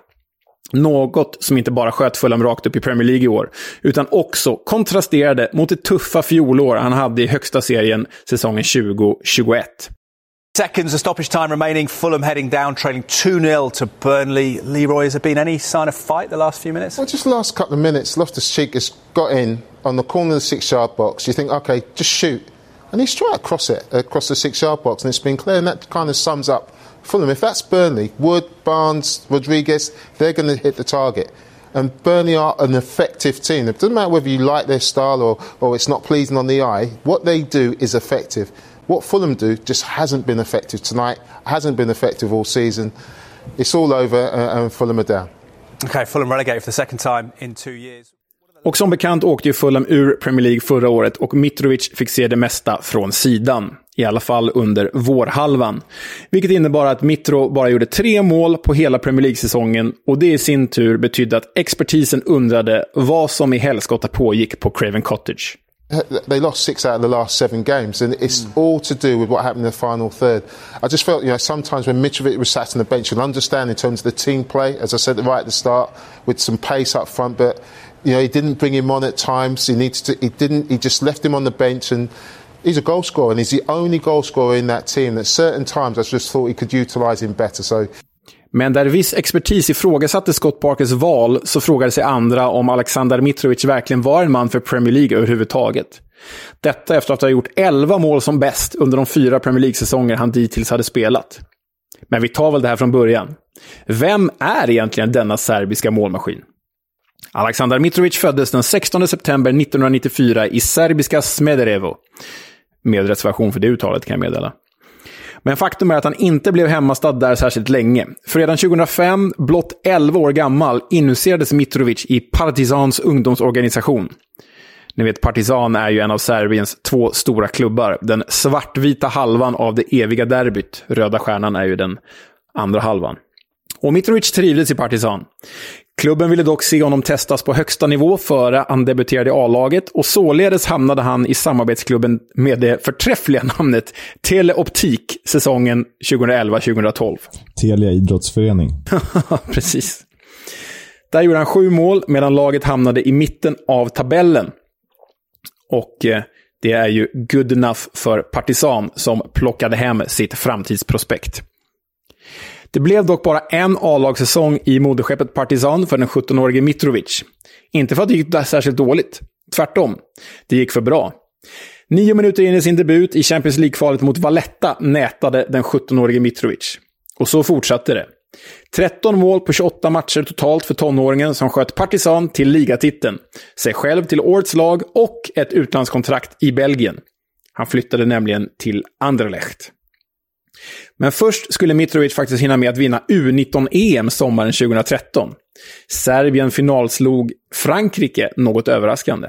Något som inte bara sköt Fulham rakt upp i Premier League i år, utan också kontrasterade mot det tuffa fjolår han hade i högsta serien säsongen tjugo tjugoett. Seconds of stoppage time remaining. Fulham heading down, trailing two nil to Burnley. Leroy, has there been any sign of fight the last few minutes? Well, just the last couple of minutes, Loftus-Cheek has got in on the corner of the six-yard box. You think, OK, just shoot. And he's tried to cross it, across the six-yard box, and it's been clear, and that kind of sums up Fulham. If that's Burnley, Wood, Barnes, Rodriguez, they're going to hit the target. And Burnley are an effective team. It doesn't matter whether you like their style or, or it's not pleasing on the eye. What they do is effective. What Fulham do just hasn't been effective tonight, hasn't been effective all season. It's all over uh, and Fulham are down. Okay, Fulham relegated for the second time in two years. Och som bekant åkte ju Fulham ur Premier League förra året och Mitrovic fick se det mesta från sidan. I alla fall under vårhalvan. Vilket innebar att Mitro bara gjorde tre mål på hela Premier League-säsongen och det i sin tur betydde att expertisen undrade vad som i helskotta pågick på Craven Cottage. They lost six out of the last seven games, and it's mm. all to do with what happened in the final third. I just felt, you know, sometimes when Mitrovic was sat on the bench, you'll understand in terms of the team play, as I said right at the start, with some pace up front, but, you know, he didn't bring him on at times. He needs to, he didn't, he just left him on the bench, and he's a goal scorer, and he's the only goal scorer in that team. At certain times, I just thought he could utilise him better, so... Men där viss expertis ifrågasatte Scott Parkers val så frågade sig andra om Aleksandar Mitrovic verkligen var en man för Premier League överhuvudtaget. Detta efter att ha gjort elva mål som bäst under de fyra Premier League-säsonger han dittills hade spelat. Men vi tar väl det här från början. Vem är egentligen denna serbiska målmaskin? Aleksandar Mitrovic föddes den sextonde september nittonhundranittiofyra i serbiska Smederevo. Med reservation för det uttalet kan jag meddela. Men faktum är att han inte blev hemmastad där särskilt länge. För redan tjugohundrafem, blott elva år gammal, inhuserades Mitrovic i Partizans ungdomsorganisation. Ni vet, Partizan är ju en av Serbiens två stora klubbar. Den svartvita halvan av det eviga derbyt. Röda stjärnan är ju den andra halvan. Och Mitrovic trivdes i Partizan. Klubben ville dock se honom testas på högsta nivå före han debuterade i A-laget och således hamnade han i samarbetsklubben med det förträffliga namnet Teleoptik säsongen tjugoelva tjugohundratolv. Telia idrottsförening. Precis. Där gjorde han sju mål medan laget hamnade i mitten av tabellen. Och eh, det är ju good enough för Partizan som plockade hem sitt framtidsprospekt. Det blev dock bara en A-lagssäsong i moderskeppet Partizan för den sjuttonårige Mitrovic. Inte för att det gick särskilt dåligt. Tvärtom. Det gick för bra. Nio minuter in i sin debut i Champions League-kvalet mot Valletta nätade den sjuttonårige Mitrovic. Och så fortsatte det. tretton mål på tjugoåtta matcher totalt för tonåringen som sköt Partizan till ligatiteln. Sig själv till årets lag och ett utlandskontrakt i Belgien. Han flyttade nämligen till Anderlecht. Men först skulle Mitrovic faktiskt hinna med att vinna U nitton E M sommaren tjugohundratretton. Serbien finalslog Frankrike något överraskande.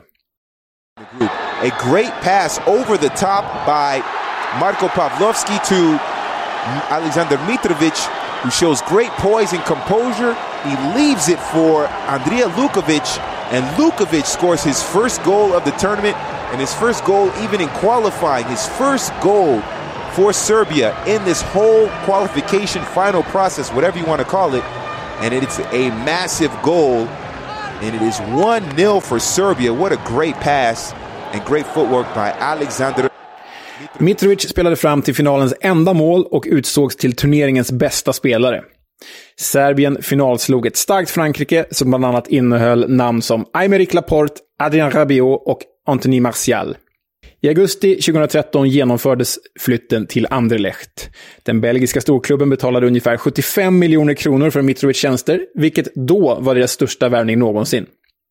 A great pass over the top by Marko Pavlovski to Aleksandar Mitrovic, who shows great poise and composure. He leaves it for Andrija Lukovic, and Lukovic scores his first goal of the tournament and his first goal even in qualifying, his first goal for Serbia in this whole qualification final process, whatever you want to call it. And it's a massive goal, and it is one nil for Serbia. What a great pass and great footwork by Aleksandar. Mitrovic spelade fram till finalens enda mål och utsågs till turneringens bästa spelare. Serbien finalslog ett starkt Frankrike som bland annat innehöll namn som Aymeric Laporte, Adrien Rabiot och Anthony Martial. I augusti tjugohundratretton genomfördes flytten till Anderlecht. Den belgiska storklubben betalade ungefär sjuttiofem miljoner kronor för Mitrovic tjänster, vilket då var deras största värvning någonsin.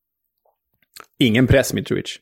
Ingen press, Mitrovic.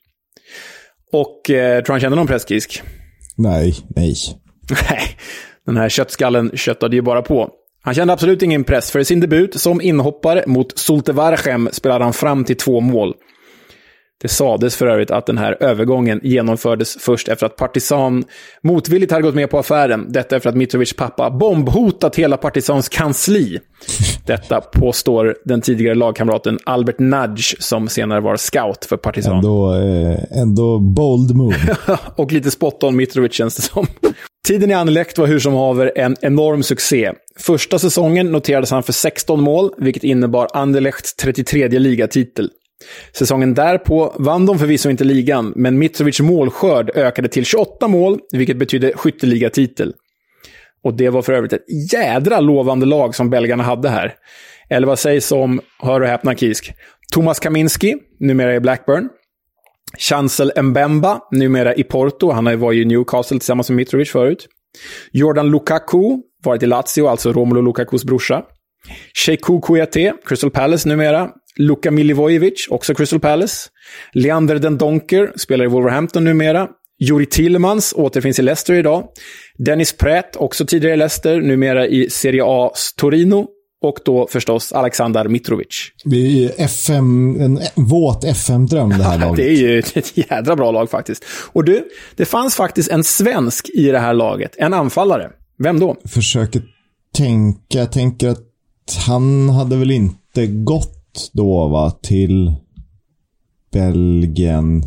Och eh, tror han kände någon presskisk? Nej, nej. Nej, den här köttskallen köttade ju bara på. Han kände absolut ingen press, för i sin debut som inhoppare mot Zulte Waregem spelade han fram till två mål. Det sades för övrigt att den här övergången genomfördes först efter att Partizan motvilligt hade gått med på affären. Detta efter att Mitrovic pappa bombhotat hela Partizans kansli. Detta påstår den tidigare lagkamraten Albert Nudge, som senare var scout för Partizan. Ändå, eh, ändå bold move. Och lite spot on Mitrovic känns det som. Tiden i Anderlecht var hur som haver en enorm succé. Första säsongen noterades han för sexton mål, vilket innebar Anderlechts trettiotredje ligatitel. Säsongen därpå vann de förvisso inte ligan, men Mitrovic målskörd ökade till tjugoåtta mål, vilket betydde skytteligatitel. Och det var för övrigt ett jädra lovande lag som belgarna hade här. Eller vad sägs om, hör och häpna Kisk, Thomas Kaminski, numera i Blackburn. Chancel Mbemba, numera i Porto. Han var ju i Newcastle tillsammans med Mitrovic förut. Jordan Lukaku, varit i Lazio, alltså Romelu Lukakus brorsa. Sheku Kouyaté, Crystal Palace numera. Luka Milivojevic, också Crystal Palace. Leander Den Donker, spelar i Wolverhampton numera. Juri Tielemans, återfinns i Leicester idag. Dennis Praet, också tidigare i Leicester, numera i Serie A Torino. Och då förstås Alexander Mitrovic. Det är ju F M, en våt F M-dröm det här laget. Det är ju ett jädra bra lag faktiskt. Och du, det fanns faktiskt en svensk i det här laget. En anfallare. Vem då? Försöker tänka, jag tänker att han hade väl inte gått då va till Belgien.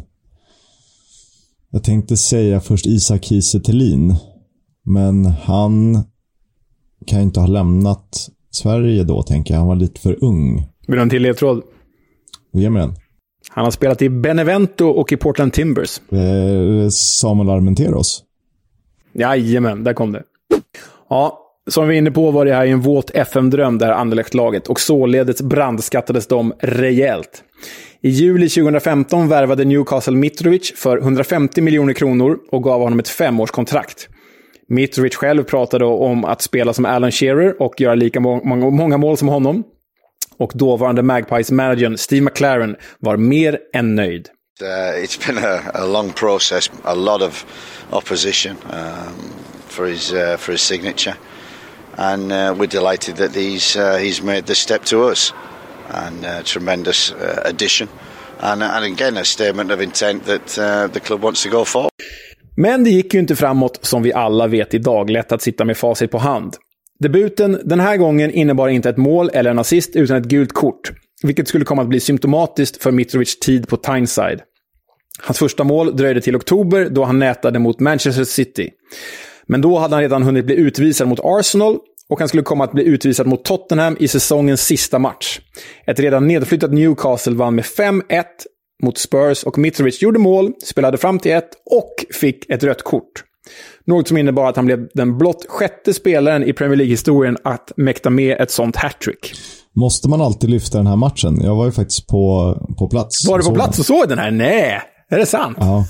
Jag tänkte säga först Isak Kiese Thelin, men han kan inte ha lämnat Sverige då, tänker jag. Han var lite för ung. Vill du ha en till ledtråd? Ge mig den. Han har spelat i Benevento och i Portland Timbers. Eh, Samuel Armenteros. Jajamän, där kom det. Ja, som vi är inne på var det här en våt F M-dröm där Anderlecht-laget, och således brandskattades de rejält. I juli tjugohundrafemton värvade Newcastle Mitrovic för hundrafemtio miljoner kronor och gav honom ett femårskontrakt. Mitrovic själv pratade om att spela som Alan Shearer och göra lika många, många mål som honom. Och dåvarande Magpies-managern Steve McLaren var mer än nöjd. Uh, it's been a, a long process, a lot of opposition um, for his uh, for his signature, and uh, we're delighted that he's uh, he's made the step to us, and uh, tremendous uh, addition, and and again a statement of intent that uh, the club wants to go for. Men det gick ju inte framåt, som vi alla vet idag, lätt att sitta med facit på hand. Debuten den här gången innebar inte ett mål eller en assist utan ett gult kort, vilket skulle komma att bli symptomatiskt för Mitrovics tid på Tyneside. Hans första mål dröjde till oktober då han nätade mot Manchester City. Men då hade han redan hunnit bli utvisad mot Arsenal och han skulle komma att bli utvisad mot Tottenham i säsongens sista match. Ett redan nedflyttat Newcastle vann med fem ett mot Spurs och Mitrovic gjorde mål, spelade fram till ett och fick ett rött kort. Något som innebar att han blev den blott sjätte spelaren i Premier League-historien att mäkta med ett sånt hattrick. Måste man alltid lyfta den här matchen? Jag var ju faktiskt på, på plats. Var du på plats och såg den här? Nej, är det sant? Ja.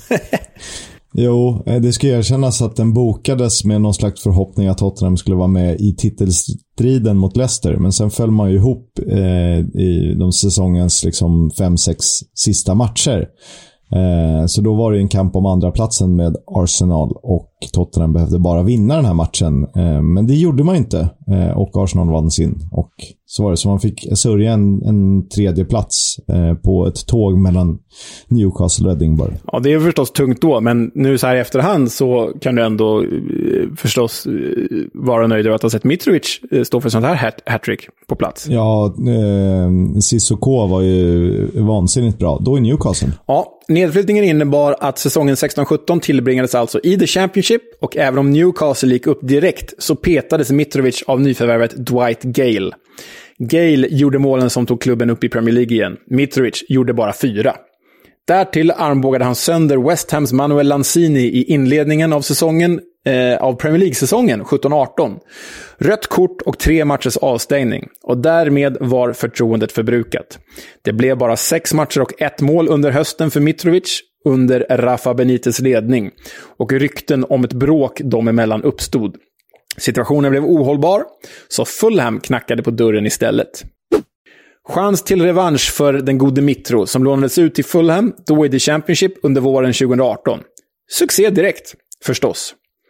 Jo, det ska erkännas att den bokades med någon slags förhoppning att Tottenham skulle vara med i titelstriden mot Leicester. Men sen föll man ju ihop eh, i de säsongens liksom fem sex sista matcher. Eh, så då var det en kamp om andra platsen med Arsenal och Tottenham behövde bara vinna den här matchen. Eh, men det gjorde man inte eh, och Arsenal vann sin. Och så var det, så man fick sörja en, en tredje plats eh, på ett tåg mellan Newcastle och Edinburgh. Ja, det är förstås tungt då, men nu så här i efterhand så kan du ändå eh, förstås eh, vara nöjd över att ha sett Mitrovic eh, stå för sånt här hat- hattrick på plats. Ja, eh, Sissoko var ju vansinnigt bra. Då i Newcastle. Ja, nedflyttningen innebar att säsongen sexton sjutton tillbringades alltså i The Championship, och även om Newcastle gick upp direkt så petades Mitrovic av nyförvärvet Dwight Gale. Gale gjorde målen som tog klubben upp i Premier League igen. Mitrovic gjorde bara fyra. Därtill armbågade han sönder West Hams Manuel Lanzini i inledningen av säsongen eh, av Premier League-säsongen sjutton arton. Rött kort och tre matchers avstängning. Och därmed var förtroendet förbrukat. Det blev bara sex matcher och ett mål under hösten för Mitrovic under Rafa Benites ledning. Och rykten om ett bråk dem emellan uppstod. Situationen blev ohållbar, så Fulham knackade på dörren istället. Chans till revansch för den gode Mitro som lånades ut till Fulham då i The Championship under våren tjugohundraarton. Succé direkt, förstås.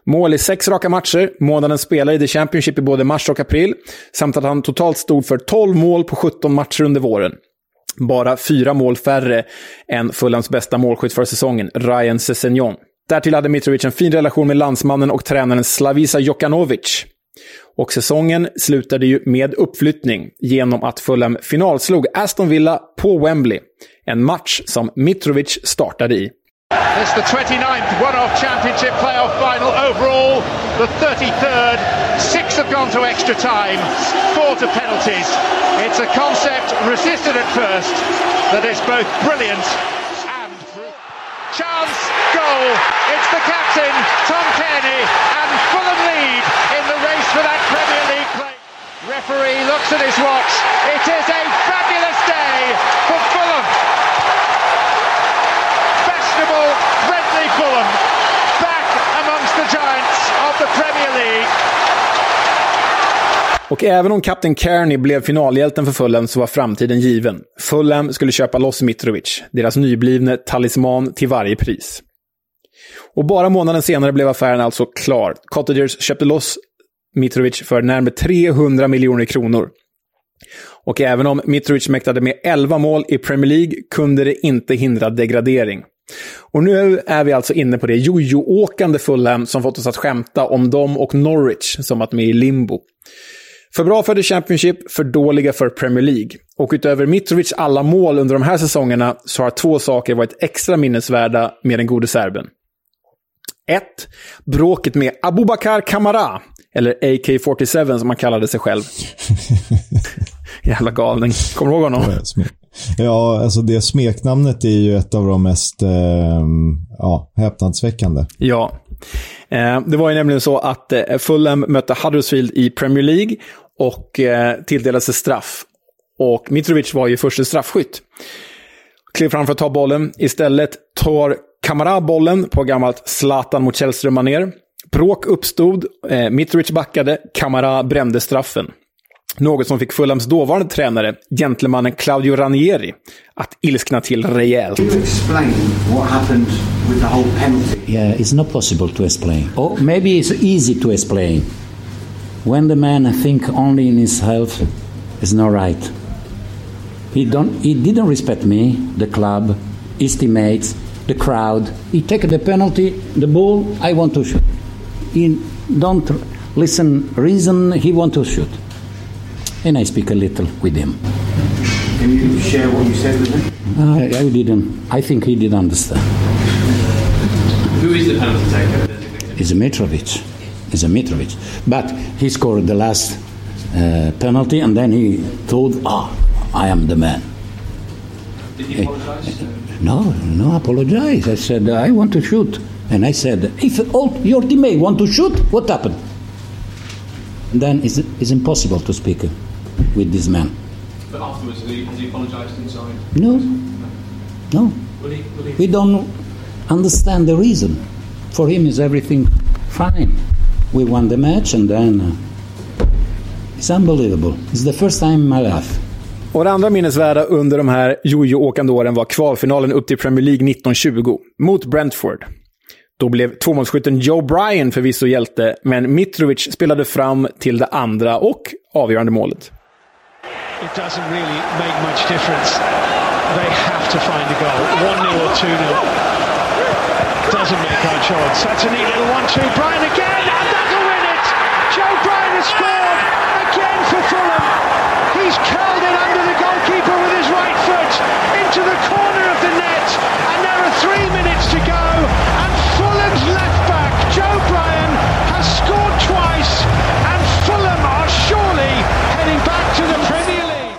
Mål i sex raka matcher, månaden spelade i The Championship i både mars och april, samt att han totalt stod för tolv mål på sjutton matcher under våren. Bara fyra mål färre än Fulhams bästa målskytt för säsongen, Ryan Sessegnon. Därtill hade Mitrovic en fin relation med landsmannen och tränaren Slavisa Jokanovic. Och säsongen slutade ju med uppflyttning genom att Fulham finalslog Aston Villa på Wembley. En match som Mitrovic startade i. It's the twenty-ninth one-off championship playoff final overall, the thirty-third. Six have gone to extra time, four to penalties. It's a concept resisted at first that is both brilliant and chance, goal. It's the captain, Tom Kearney, and Fulham lead in the race for that Premier League place. Referee looks at his watch. It is a fabulous day for Fulham. Fashionable, friendly Fulham, back amongst the giants of the Premier League. Och även om kapten Kearney blev finalhjälten för Fulham så var framtiden given. Fulham skulle köpa loss Mitrovic, deras nyblivne talisman till varje pris. Och bara månaden senare blev affären alltså klar. Cottagers köpte loss Mitrovic för närmare trehundra miljoner kronor. Och även om Mitrovic mäktade med elva mål i Premier League kunde det inte hindra degradering. Och nu är vi alltså inne på det jojo-åkande Fulham som fått oss att skämta om dem och Norwich som att med i limbo. För bra för The Championship, för dåliga för Premier League. Och utöver Mitrovic alla mål under de här säsongerna så har två saker varit extra minnesvärda med den gode serben. ett. Bråket med Aboubakar Kamara, eller A K fyrtiosju som man kallade sig själv. Jävla galning. Kommer du ihåg honom? Ja, alltså det smeknamnet är ju ett av de mest eh, ja, häpnadsväckande. Ja, eh, det var ju nämligen så att eh, Fulham mötte Huddersfield i Premier League och eh, tilldelade sig straff. Och Mitrovic var ju första straffskytt. Klev fram för att ta bollen. Istället tar Kamara bollen på gammalt Zlatan mot Källström-manér. Bråk uppstod, eh, Mitrovic backade, Kamara brände straffen. Något som fick Fulhams dåvarande tränare, gentlemannen Claudio Ranieri, att ilskna till rejält. Can you explain what happened with the whole penalty? Yeah, it's not possible to explain. Or maybe it's easy to explain. When the man think only in his health, it's not right. He don't. He didn't respect me, the club, his teammates, the crowd. He take the penalty, the ball. I want to shoot. He don't listen. Reason he want to shoot. And I speak a little with him. Can you share what you said with him? I, I didn't. I think he didn't understand. Who is the penalty taker? It's a Mitrovic. It's a Mitrovic. But he scored the last uh, penalty, and then he told, "Ah, oh, I am the man." Did he apologise? No, no apologize. I said I want to shoot, and I said, if all your teammate want to shoot, what happened? And then it's, it's impossible to speak with this man. But afterwards, has he, has he apologised inside? No, no. Will he, will he... We don't understand the reason. For him, is everything fine? We won the match, and then uh, it's unbelievable. It's the first time in my life. Och det andra minnesvärda under de här jojo-åkande åren var kvalfinalen upp till Premier League nitton tjugo mot Brentford. Då blev tvåmålsskytten Joe Bryan förvisso hjälte, men Mitrovic spelade fram till det andra och avgörande målet. It doesn't really make much difference. They have to find a goal. one nil or two nil. Doesn't make much odds. That's a neat little one two. Bryan again, and that'll win it! Joe Bryan has scored again for Fulham. He's curled it under the goalkeeper with his right foot into the corner of the net, and there are three minutes to go, and Fulham's left back, Joe Bryan, has scored twice, and Fulham are surely heading back to the Premier League.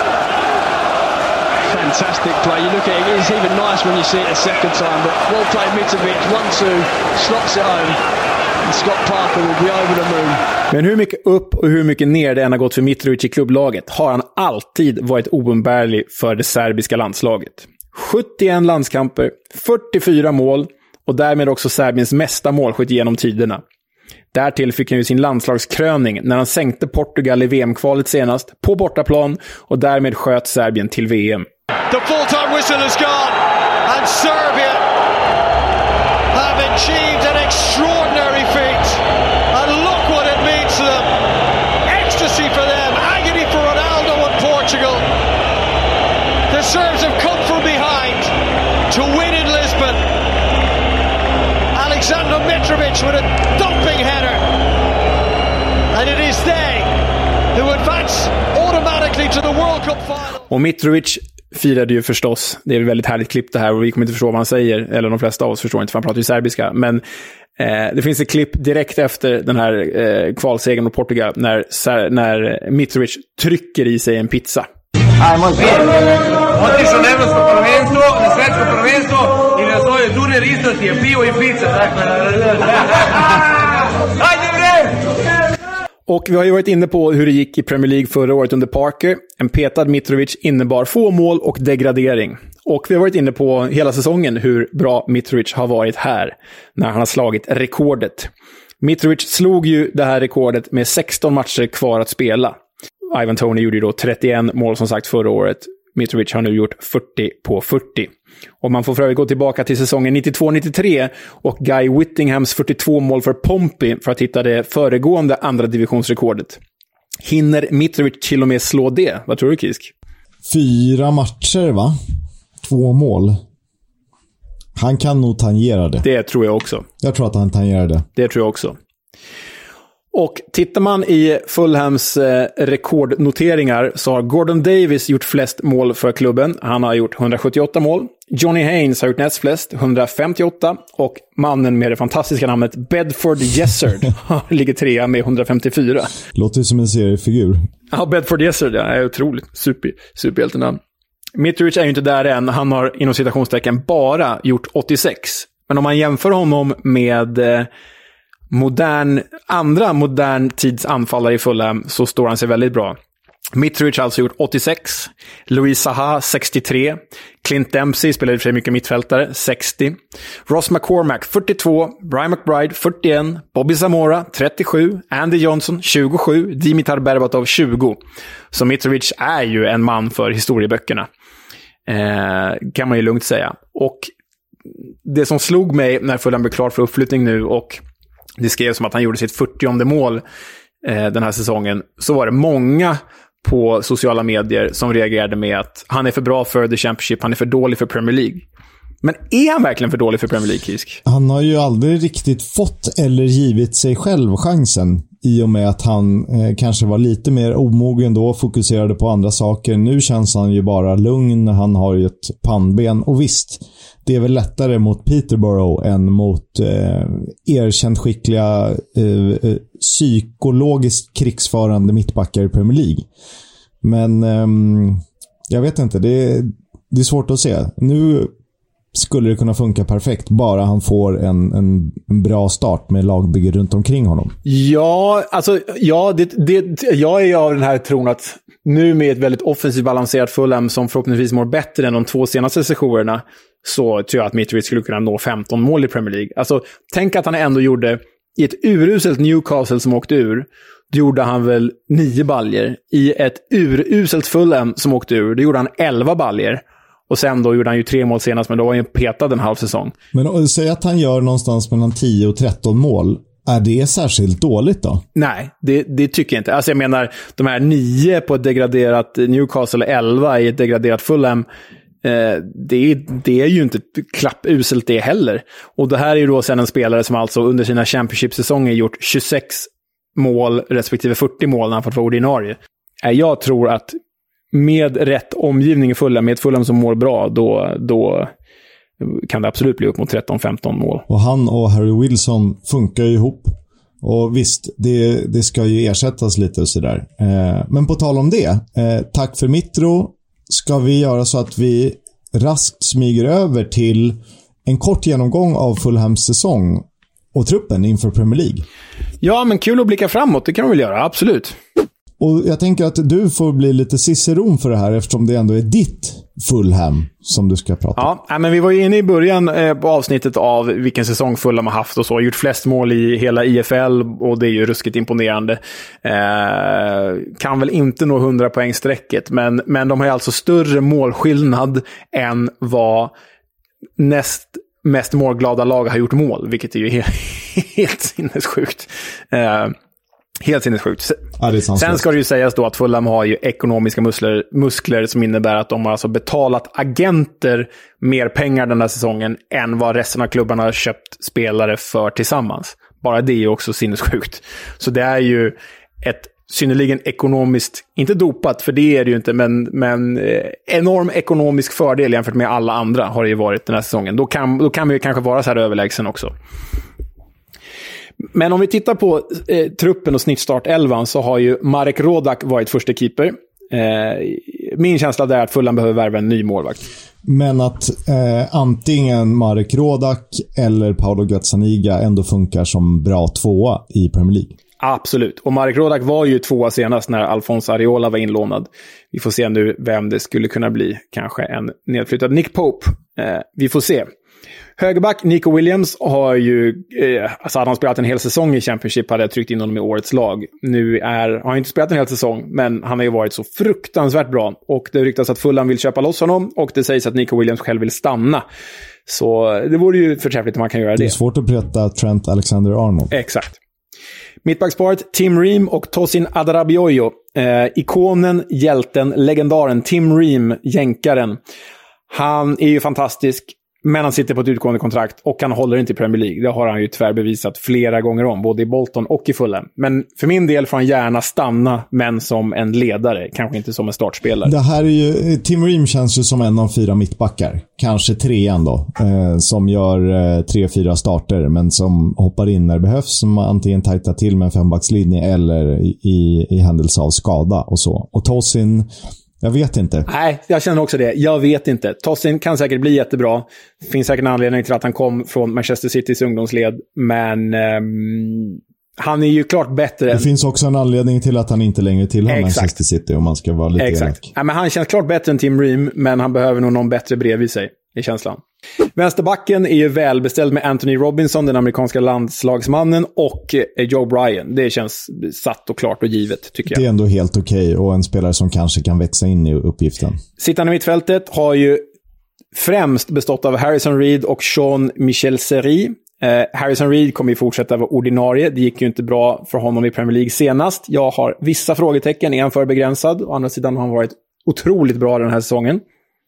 Fantastic play. You look at it, it's even nice when you see it a second time, but well played Mitrovic, one two, slots it home. Scott Parker will be over the moon. Men hur mycket upp och hur mycket ner det än har gått för Mitrovic i klubblaget har han alltid varit oumbärlig för det serbiska landslaget. sjuttioen landskamper, fyrtiofyra mål och därmed också Serbiens mesta målskytt genom tiderna. Därtill fick han ju sin landslagskröning när han sänkte Portugal i V M-kvalet senast på bortaplan och därmed sköt Serbien till V M. The full-time whistle has gone and Serbia have achieved an extraordinary feat. And look what it means to them. Ecstasy for them, agony for Ronaldo and Portugal. The Serbs have come from behind to win in Lisbon. Alexander Mitrovic with a dumping header. And it is they who advance automatically to the World Cup final. Och Mitrovic firade ju förstås. Det är ett väldigt härligt klipp det här och vi kommer inte förstå vad han säger. Eller de flesta av oss förstår inte för han pratar ju serbiska. Men eh, det finns ett klipp direkt efter den här eh, kvalsegern mot Portugal när, när Mitrovic trycker i sig en pizza. Aj, moj bien. Otišao na evropsko prvenstvo, na svetsko prvenstvo i na svoj turnir isto ti je pivo i pizza. Ajde bre! Och vi har ju varit inne på hur det gick i Premier League förra året under Parker. En petad Mitrovic innebar få mål och degradering. Och vi har varit inne på hela säsongen hur bra Mitrovic har varit här när han har slagit rekordet. Mitrovic slog ju det här rekordet med sexton matcher kvar att spela. Ivan Toney gjorde ju då trettioen mål som sagt förra året. Mitrovic har nu gjort fyrtio på fyrtio. Och man får för övrigt gå tillbaka till säsongen nittiotvå nittiotre och Guy Whittinghams fyrtiotvå mål för Pompey för att hitta det föregående andra divisionsrekordet. Hinner Mitrovic till och med slå det? Vad tror du, Kisk? Fyra matcher, va? Två mål. Han kan nog tangera det. Det tror jag också. Jag tror att han tangerar det. Det tror jag också. Och tittar man i Fulhams eh, rekordnoteringar så har Gordon Davis gjort flest mål för klubben. Han har gjort hundrasjuttioåtta mål. Johnny Haynes har gjort näst flest, hundrafemtioåtta. Och mannen med det fantastiska namnet Bedford Yezard ligger trea med hundrafemtiofyra. Låter som en seriefigur. Ja, Bedford Yezard, ja, är otroligt. Super, superhjältenamn. Mitrovic är ju inte där än. Han har inom citationstecken bara gjort åttiosex. Men om man jämför honom med... Eh, modern, andra modern tids anfallare i Fulham så står han sig väldigt bra. Mitrovic har alltså gjort åttiosex, Louis Saha sextiotre, Clint Dempsey spelar i och för sig mycket mittfältare, sextio, Ross McCormack fyrtiotvå, Brian McBride fyrtioen, Bobby Zamora trettiosju, Andy Johnson tjugosju, Dimitar Berbatov tjugo. Så Mitrovic är ju en man för historieböckerna. Eh, kan man ju lugnt säga. Och det som slog mig när Fulham blev klar för uppflyttning nu och det skrevs som att han gjorde sitt fyrtionde mål eh, den här säsongen, så var det många på sociala medier som reagerade med att han är för bra för The Championship, han är för dålig för Premier League. Men är han verkligen för dålig för Premier League, Kisk? Han har ju aldrig riktigt fått eller givit sig själv chansen i och med att han eh, kanske var lite mer omogen då, fokuserade på andra saker. Nu känns han ju bara lugn, han har ju ett pannben och visst, det är väl lättare mot Peterborough än mot eh, erkänt skickliga eh, psykologiskt krigsförande mittbackar i Premier League. Men eh, jag vet inte, det är, det är svårt att se. Nu skulle det kunna funka perfekt, bara han får en, en, en bra start med lagbygge runt omkring honom. Ja, alltså ja, det, det, jag är ju av den här tron att nu med ett väldigt offensivt balanserat Fulham som förhoppningsvis mår bättre än de två senaste sessionerna, så tror jag att Mitrovic skulle kunna nå femton mål i Premier League. Alltså, tänk att han ändå gjorde i ett uruselt Newcastle som åkte ur, då gjorde han väl nio baljer. I ett uruselt Fulham som åkte ur, då gjorde han elva baljer. Och sen då gjorde han ju tre mål senast, men då var han ju petad en halv säsong. Men säg att han gör någonstans mellan tio och tretton mål. Är det särskilt dåligt då? Nej, det, det tycker jag inte. Alltså jag menar, de här nio på ett degraderat Newcastle, elva i ett degraderat Fulham, eh, det, det är ju inte klappuselt det heller. Och det här är ju då sen en spelare som alltså under sina Championship-säsonger gjort tjugosex mål respektive fyrtio mål när han fått vara ordinarie. Jag tror att med rätt omgivning i Fulham, med ett Fulham som mår bra, då, då kan det absolut bli upp mot tretton femton mål. Och han och Harry Wilson funkar ju ihop. Och visst, det, det ska ju ersättas lite och sådär. Eh, men på tal om det, eh, tack för Mitro. Ska vi göra så att vi raskt smyger över till en kort genomgång av Fulhams säsong och truppen inför Premier League? Ja, men kul att blicka framåt, det kan vi väl göra, absolut. Och jag tänker att du får bli lite ciceron för det här eftersom det ändå är ditt Fulham som du ska prata om. Ja, men vi var ju inne i början eh, på avsnittet av vilken säsong Fulham har haft och så. Gjort flest mål i hela I F L och det är ju ruskigt imponerande. Eh, kan väl inte nå hundra poängsträcket, men, men de har ju alltså större målskillnad än vad näst mest målglada lag har gjort mål, vilket är ju helt, helt sinnessjukt. Uh, helt sinnessjukt. Ja, Sen ska det ju sägas då att Fulham har ju ekonomiska muskler, muskler som innebär att de har alltså betalat agenter mer pengar den här säsongen än vad resten av klubbarna har köpt spelare för tillsammans. Bara det är ju också sinnessjukt. Så det är ju ett synnerligen ekonomiskt, inte dopat, för det är det ju inte, men, men eh, enorm ekonomisk fördel jämfört med alla andra har det ju varit den här säsongen. Då kan, då kan vi ju kanske vara så här överlägsen också. Men om vi tittar på eh, truppen och snittstartelvan så har ju Marek Rodak varit första keeper. Eh, min känsla är att Fulham behöver värva en ny målvakt. Men att eh, antingen Marek Rodak eller Paolo Gazzaniga ändå funkar som bra tvåa i Premier League. Absolut. Och Marek Rodak var ju tvåa senast när Alphonse Areola var inlånad. Vi får se nu vem det skulle kunna bli. Kanske en nedflyttad Nick Pope. Eh, vi får se. Högerback Nico Williams har ju, eh, alltså hade han spelat en hel säsong i Championship hade jag tryckt in honom i årets lag. Nu är, har han inte spelat en hel säsong, men han har ju varit så fruktansvärt bra. Och det ryktas att Fulham vill köpa loss honom och det sägs att Nico Williams själv vill stanna. Så det vore ju förträffligt om man kan göra det. Det är svårt att berätta Trent Alexander-Arnold. Exakt. Mittbacksparet Tim Ream och Tosin Adarabioyo. Eh, ikonen, hjälten, legendaren Tim Ream, jänkaren. Han är ju fantastisk. Men han sitter på ett utgående kontrakt och han håller inte i Premier League. Det har han ju tyvärr bevisat flera gånger om, både i Bolton och i Fulham. Men för min del får han gärna stanna, men som en ledare, kanske inte som en startspelare. Det här är ju, Tim Ream känns ju som en av fyra mittbackar. Kanske trean då, eh, som gör eh, tre, fyra starter, men som hoppar in när det behövs, som antingen tajtar till med en fembackslinje eller i, i händelse av skada och så. Och Tosin, jag vet inte. Nej, jag känner också det. Jag vet inte. Tosin kan säkert bli jättebra. Det finns säkert en anledning till att han kom från Manchester Citys ungdomsled. Men um, han är ju klart bättre. Det än... finns också en anledning till att han inte längre tillhör Manchester City, om man ska vara lite Exakt. elak. Ja, men han känns klart bättre än Tim Ream, men han behöver nog någon bättre bredvid sig i känslan. Vänsterbacken är ju välbeställd med Anthony Robinson, den amerikanska landslagsmannen, och Joe Bryan. Det känns satt och klart och givet, tycker jag. Det är ändå helt okej, och en spelare som kanske kan växa in i uppgiften. Sittande mittfältet har ju främst bestått av Harrison Reed och Jean-Michel Seri. Eh, Harrison Reed kommer ju fortsätta vara ordinarie. Det gick ju inte bra för honom i Premier League senast. Jag har vissa frågetecken, är han för begränsad? Å andra sidan har han varit otroligt bra den här säsongen.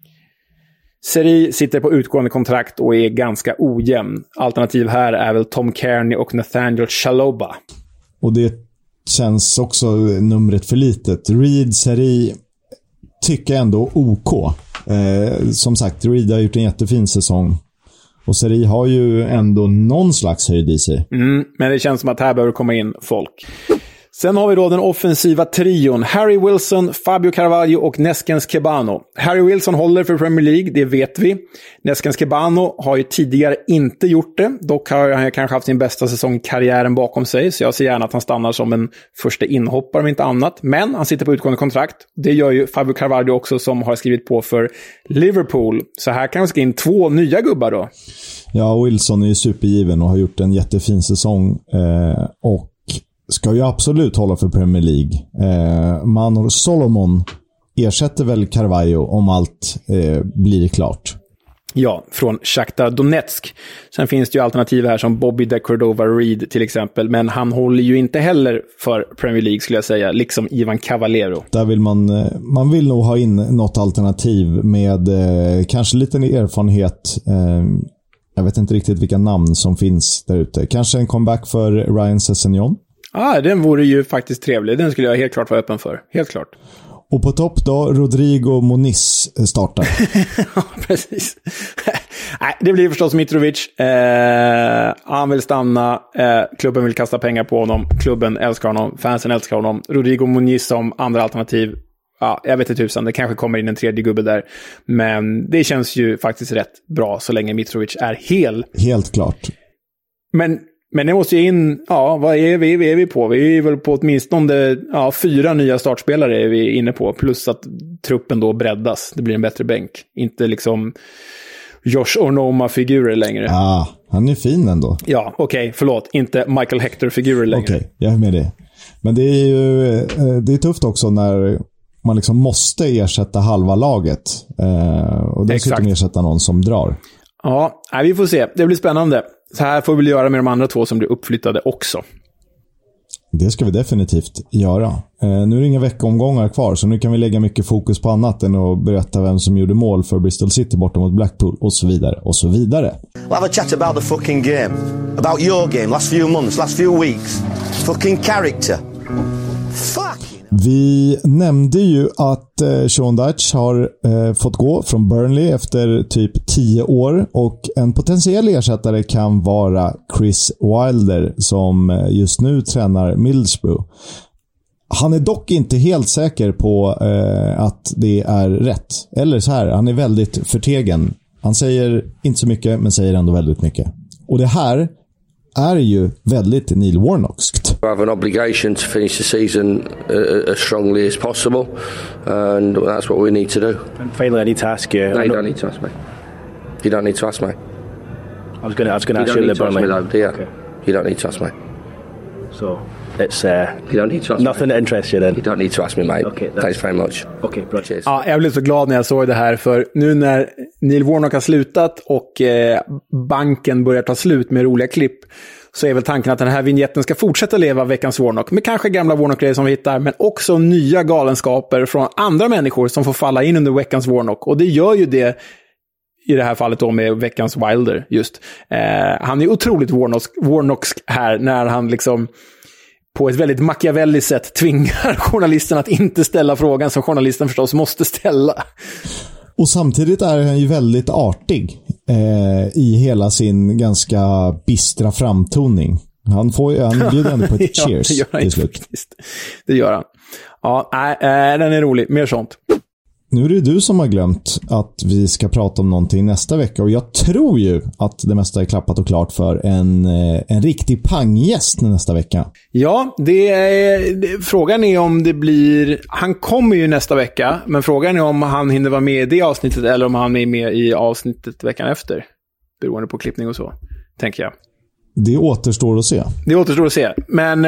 Seri sitter på utgående kontrakt och är ganska ojämn. Alternativ här är väl Tom Kearney och Nathaniel Chaloba. Och det känns också numret för litet. Reed, Seri tycker ändå OK. Eh, som sagt, Reed har gjort en jättefin säsong. Och Seri har ju ändå någon slags höjd i sig. Mm, men det känns som att här behöver komma in folk. Sen har vi då den offensiva trion. Harry Wilson, Fabio Carvalho och Neskens Kebano. Harry Wilson håller för Premier League, det vet vi. Neskens Kebano har ju tidigare inte gjort det. Dock har han kanske haft sin bästa säsong i karriären bakom sig. Så jag ser gärna att han stannar som en första inhoppare, om inte annat. Men han sitter på utgående kontrakt. Det gör ju Fabio Carvalho också, som har skrivit på för Liverpool. Så här kan vi ska in två nya gubbar då. Ja, Wilson är ju supergiven och har gjort en jättefin säsong. Eh, och ska ju absolut hålla för Premier League. Eh, Manor Solomon ersätter väl Carvalho om allt eh, blir klart. Ja, från Shakhtar Donetsk. Sen finns det ju alternativ här som Bobby de Cordova-Reed till exempel. Men han håller ju inte heller för Premier League, skulle jag säga. Liksom Ivan Cavallero. Där vill man, man vill nog ha in något alternativ med eh, kanske lite erfarenhet. Eh, jag vet inte riktigt vilka namn som finns där ute. Kanske en comeback för Ryan Sessegnon. Ja, ah, den vore ju faktiskt trevlig. Den skulle jag helt klart vara öppen för. Helt klart. Och på topp då, Rodrigo Moniz startar. Ja, precis. Nej, det blir förstås Mitrovic. Eh, han vill stanna. Eh, klubben vill kasta pengar på honom. Klubben älskar honom. Fansen älskar honom. Rodrigo Moniz som andra alternativ. Ja, jag vet inte tusan. Det kanske kommer in en tredje gubbe där. Men det känns ju faktiskt rätt bra så länge Mitrovic är hel. Helt klart. Men... Men det måste ju in, ja, vad är vi, vad är vi på? Vi är väl på åtminstone ja, fyra nya startspelare är vi inne på. Plus att truppen då breddas. Det blir en bättre bänk. Inte liksom Josh Ornoma-figurer längre. Ja, ah, han är fin ändå. Ja, okej, okay, förlåt. Inte Michael Hector-figurer längre. Okej, okay, jag är med det. Men det är ju det är tufft också när man liksom måste ersätta halva laget. Eh, och dessutom Exakt. ersätta någon som drar. Ja, nej, vi får se. Det blir spännande. Så här får vi väl göra med de andra två som blir uppflyttade också. Det ska vi definitivt göra. Eh, nu är det inga veckomgångar kvar, så nu kan vi lägga mycket fokus på annat än att berätta vem som gjorde mål för Bristol City borta mot Blackpool och så vidare och så vidare. We'll have a chat about the fucking game. About your game, last few months, last few weeks. Fucking character. Fuck! Vi nämnde ju att eh, Sean Dyche har eh, fått gå från Burnley efter typ tio år och en potentiell ersättare kan vara Chris Wilder som just nu tränar Middlesbrough. Han är dock inte helt säker på eh, att det är rätt. Eller så här, han är väldigt förtegen. Han säger inte så mycket men säger ändå väldigt mycket. Och det här är ju väldigt Neil Warnockskt. We have an obligation to finish the season uh, as strongly as possible, and that's what we need to do. And finally, I need to ask you. No, you don't need to ask me. You don't need to ask me. I was going to. I was going to ask you. You You don't need to ask me, though, do you? Okay. You don't need to ask me. So it's uh, you don't need to ask nothing me. that interests you then. You don't need to ask me, mate. Okay, thanks very much. Okay, bro. Cheers. Ja, jag blev så glad när jag såg det här, för nu när Neil Warnock har slutat och eh, banken börjar ta slut med roliga klipp, så är väl tanken att den här vignetten ska fortsätta leva veckans Warnock. Med kanske gamla Warnock-grejer som vi hittar, men också nya galenskaper från andra människor som får falla in under veckans Warnock. Och det gör ju det i det här fallet då med veckans Wilder just. Eh, han är otroligt Warnocksk, Warnocksk här när han liksom på ett väldigt Machiavelli sätt tvingar journalisten att inte ställa frågan som journalisten förstås måste ställa. Och samtidigt är han ju väldigt artig eh, i hela sin ganska bistra framtoning. Han får ju, han bjuder ändå på ett ja, cheers det gör han till slut. Faktiskt. Det gör han. Ja, nej, den är rolig. Mer sånt. Nu är det du som har glömt att vi ska prata om någonting nästa vecka, och jag tror ju att det mesta är klappat och klart för en, en riktig panggäst nästa vecka. Ja, det är, det, frågan är om det blir... Han kommer ju nästa vecka, men frågan är om han hinner vara med i det avsnittet eller om han är med i avsnittet veckan efter. Beroende på klippning och så, tänker jag. Det återstår att se. Det återstår att se. Men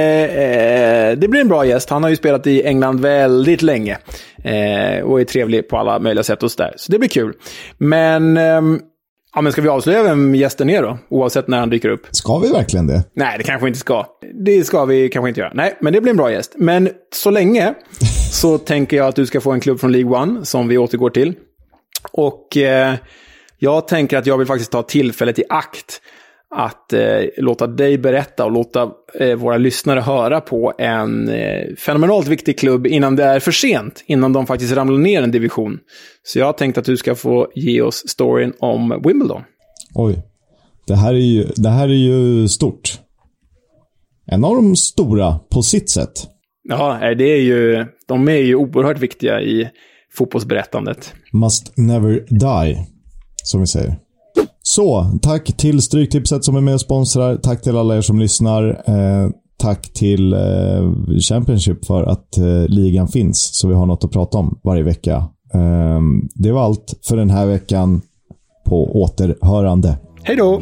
eh, det blir en bra gäst. Han har ju spelat i England väldigt länge. Eh, och är trevlig på alla möjliga sätt och så där. Så det blir kul. Men, eh, ja, men ska vi avslöja vem gästen är då? Oavsett när han dyker upp. Ska vi verkligen det? Nej, det kanske vi inte ska. Det ska vi kanske inte göra. Nej, men det blir en bra gäst. Men så länge så tänker jag att du ska få en klubb från League One som vi återgår till. Och eh, jag tänker att jag vill faktiskt ta tillfället i akt att eh, låta dig berätta och låta eh, våra lyssnare höra på en eh, fenomenalt viktig klubb innan det är för sent, innan de faktiskt ramlar ner en division. Så jag har tänkt att du ska få ge oss storyn om Wimbledon. Oj, det här är ju, det här är ju stort. En av de stora på sitt sätt. Ja, det är ju, de är ju oerhört viktiga i fotbollsberättandet. Must never die, som vi säger. Så, tack till Stryktipset som är med och sponsrar. Tack till alla er som lyssnar. Eh, tack till eh, Championship för att eh, ligan finns, så vi har något att prata om varje vecka. Eh, det var allt för den här veckan. På återhörande. Hej då!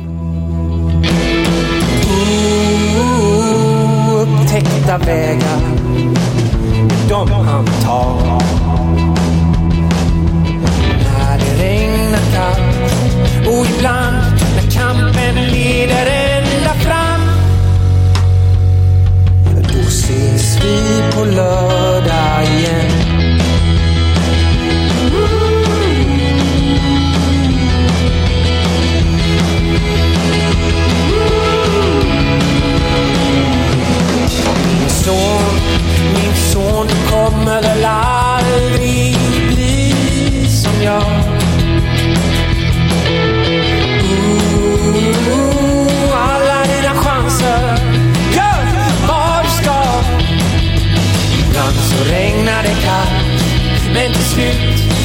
Upptäckta vägar, de han tar. När det regnar kallt och ibland när kampen leder ända fram, då ses vi på lördag igen. Min son, min son, du kommer väl aldrig bli som jag. Alla dina chanser, gör vad du ska. Ibland så regnar det kallt, men till slut